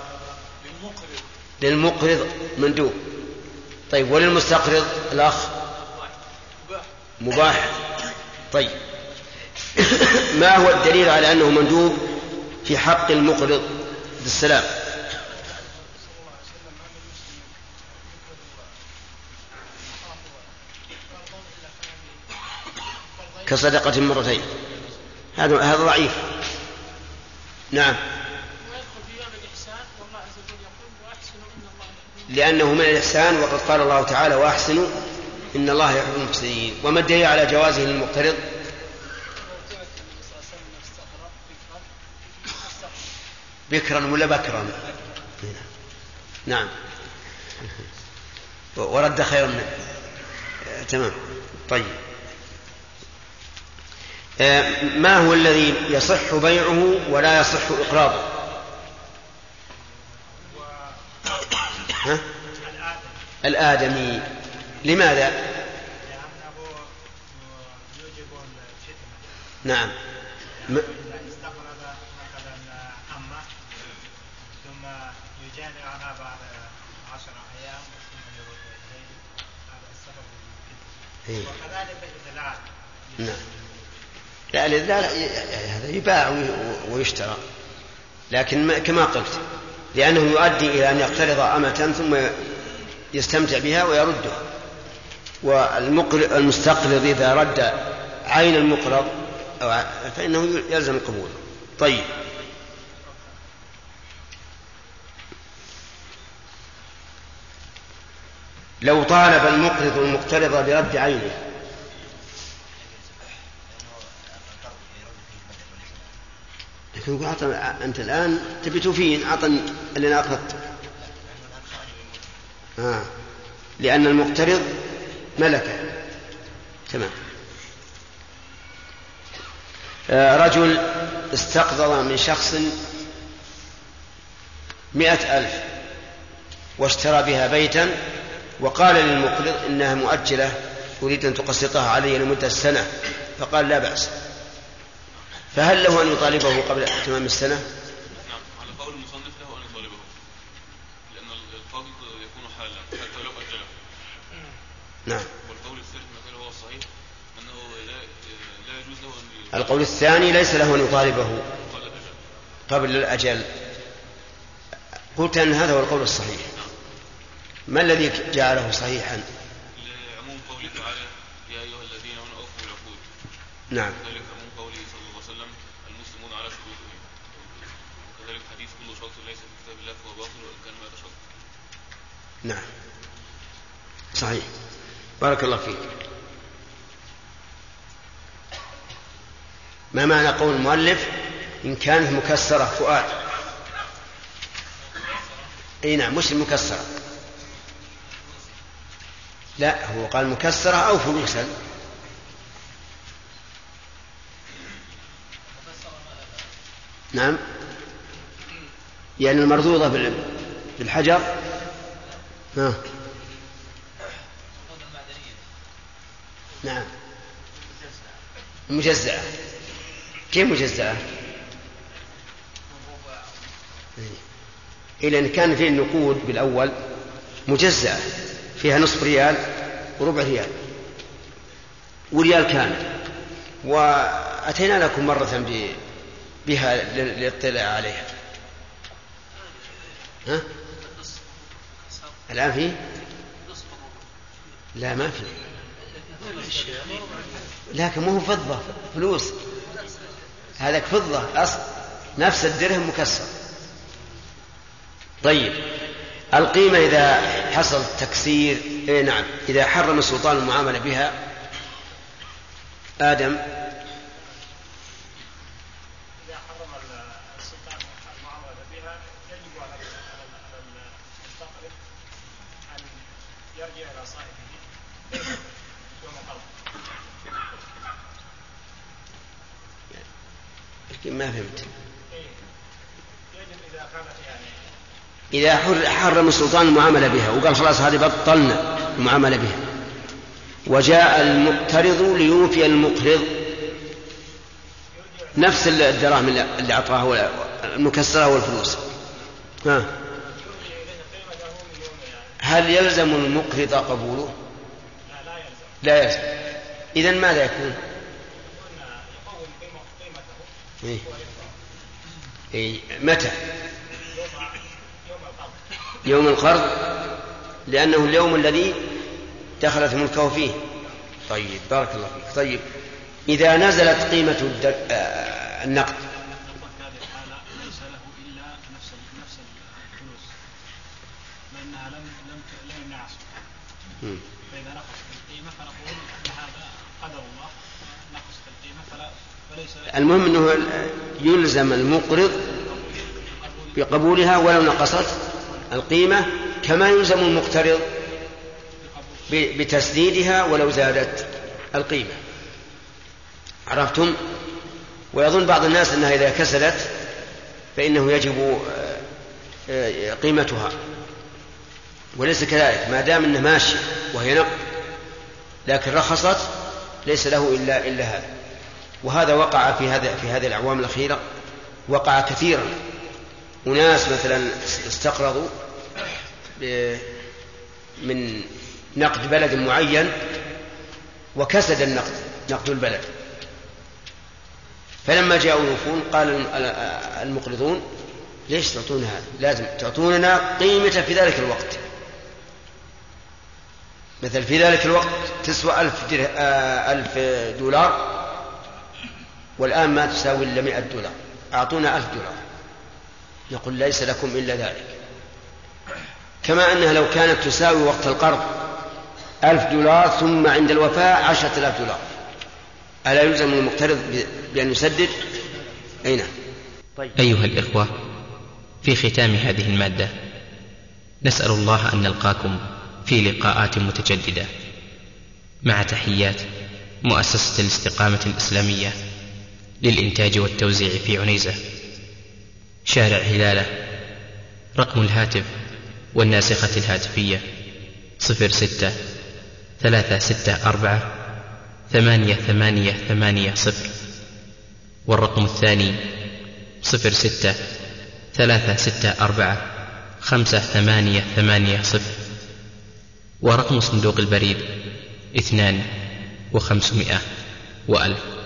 للمقرض مندوب. طيب، وللمستقرض الأخ مباح. طيب، ما هو الدليل على أنه مندوب في حق المقرض بالسلام؟ كصدقة مرتين. هذا ضعيف. نعم، لأنه من الإحسان، وقد قال الله تعالى: وأحسنوا إن الله يحب المحسنين. وما الدليل على جوازه للمقترض؟ بكرا ولا بكرا؟ نعم، ورد خيرا منه. تمام. طيب، ما هو الذي يصح بيعه ولا يصح إقراضه؟ الآدمي. لماذا؟ لأنه يوجب الفتنة. نعم. إذا استقرض مثلا أمه ثم يجاني عنها بعد 10 أيام ثم يرد إليه، هذا السبب الفتنة. وكذلك الإدلال. نعم. لا، الإدلال هذا يباع ويشترى، لكن كما قلت لأنه يؤدي إلى أن يقترض أمة ثم يستمتع بها ويردها. والمستقرض إذا رد عين المقرض فإنه يلزم القبول. طيب، لو طالب المقرض المقترض برد عينه، لكن يقول: أنت الآن تبي توفين، أعطني اللي أنا أقرضت. لأن المقترض ملكه. تمام. رجل استقرض من شخص 100,000 واشترى بها بيتا، وقال للمقرض: إنها مؤجلة، أريد أن تقسطها علي لمدة سنة. فقال: لا بأس. فهل له أن يطالبه قبل تمام السنة؟ نعم، على قول المصنف له أن يطالبه، لأن القاضي يكون حالا حتى لو أجله. نعم. والقول الثالث مثلا هو الصحيح أنه لا يجوز له أن القول الثاني ليس له أن يطالبه قبل الأجل. قلت أن هذا هو القول الصحيح. ما الذي جعله صحيحا؟ لعموم قوله تعالى: يا أيها الذين آمنوا أوفوا بالعقود. نعم. وكذلك عموم قوله صلى الله عليه وسلم: المسلمون على شروطهم. وكذلك حديث: كل شرط ليس في كتاب الله فهو باطل وإن كان 100 شرط. نعم، صحيح. بارك الله فيك. ما معنى قول المؤلف: إن كانت مكسرة فؤاد؟ أي نعم، مش المكسرة. لا، هو قال مكسرة أو فلوسا. نعم، يعني المرضوضة بالحجر. نعم، مجزعة. كيف مجزعة؟ إلى أن كان فيه النقود بالأول مجزعة فيها نصف ريال وربع ريال وريال كامل، وأتينا لكم مرة بها للاطلاع عليها. ها؟ الآن فيه؟ لا، ما فيه، لكن مو فضة، فلوس. هذاك فضة أصل، نفس الدرهم مكسر. طيب، القيمة إذا حصل تكسير، نعم، إذا حرم السلطان المعاملة بها، آدم، إذا حرم السلطان المعاملة بها يجب على المستقرض أن يرجع إلى صاحبه يوم القبض. ما فهمت. يجب إذا كانت يعني إذا حرم السلطان المعاملة بها وقال خلاص هذه بطلنا المعاملة بها، وجاء المقترض ليوفي المقرض نفس الدراهم اللي أعطاه المكسرة والفلوس، هل يلزم المقرض قبوله؟ لا يلزم. إذن ماذا يكون؟ متى؟ يوم القرض، لأنه اليوم الذي دخلت ملكه فيه. طيب، بارك الله فيك. طيب، إذا نزلت قيمة النقد ليس له إلا نفس الفلوس، لأنها لم يمنع أصلا. فإذا نقصت القيمة فنقول أن هذا قدر الله، نقصت القيمة فليس. المهم أنه يلزم المقرض بقبولها ولو نقصت القيمة، كما يلزم المقترض بتسديدها ولو زادت القيمة. عرفتم؟ ويظن بعض الناس أنها إذا كسلت فإنه يجب قيمتها، وليس كذلك. ما دام أنها ماشية وهي نقد لكن رخصت ليس له إلا هذا. وهذا وقع في هذه الأعوام الأخيرة، وقع كثيرا. وناس مثلا استقرضوا من نقد بلد معين وكسد النقد، نقد البلد، فلما جاءوا يوفون قال المقرضون ليش تعطون هذا؟ لازم تعطوننا قيمة في ذلك الوقت. مثل في ذلك الوقت تسوى 1000 دولار، والآن ما تساوي إلا 100 دولار، أعطونا 1000 دولار. يقول ليس لكم إلا ذلك. كما أنها لو كانت تساوي وقت القرض 1000 دولار ثم عند الوفاء 10,000 دولار، ألا يلزم المقترض بأن يسدد؟ أين؟ طيب. أيها الإخوة، في ختام هذه المادة نسأل الله أن نلقاكم في لقاءات متجددة، مع تحيات مؤسسة الاستقامة الإسلامية للإنتاج والتوزيع في عنيزة، شارع هلالة. رقم الهاتف والناسخة الهاتفية 06-364-8880، والرقم الثاني 06-364-5880، ورقم صندوق البريد 2 و500 و1000.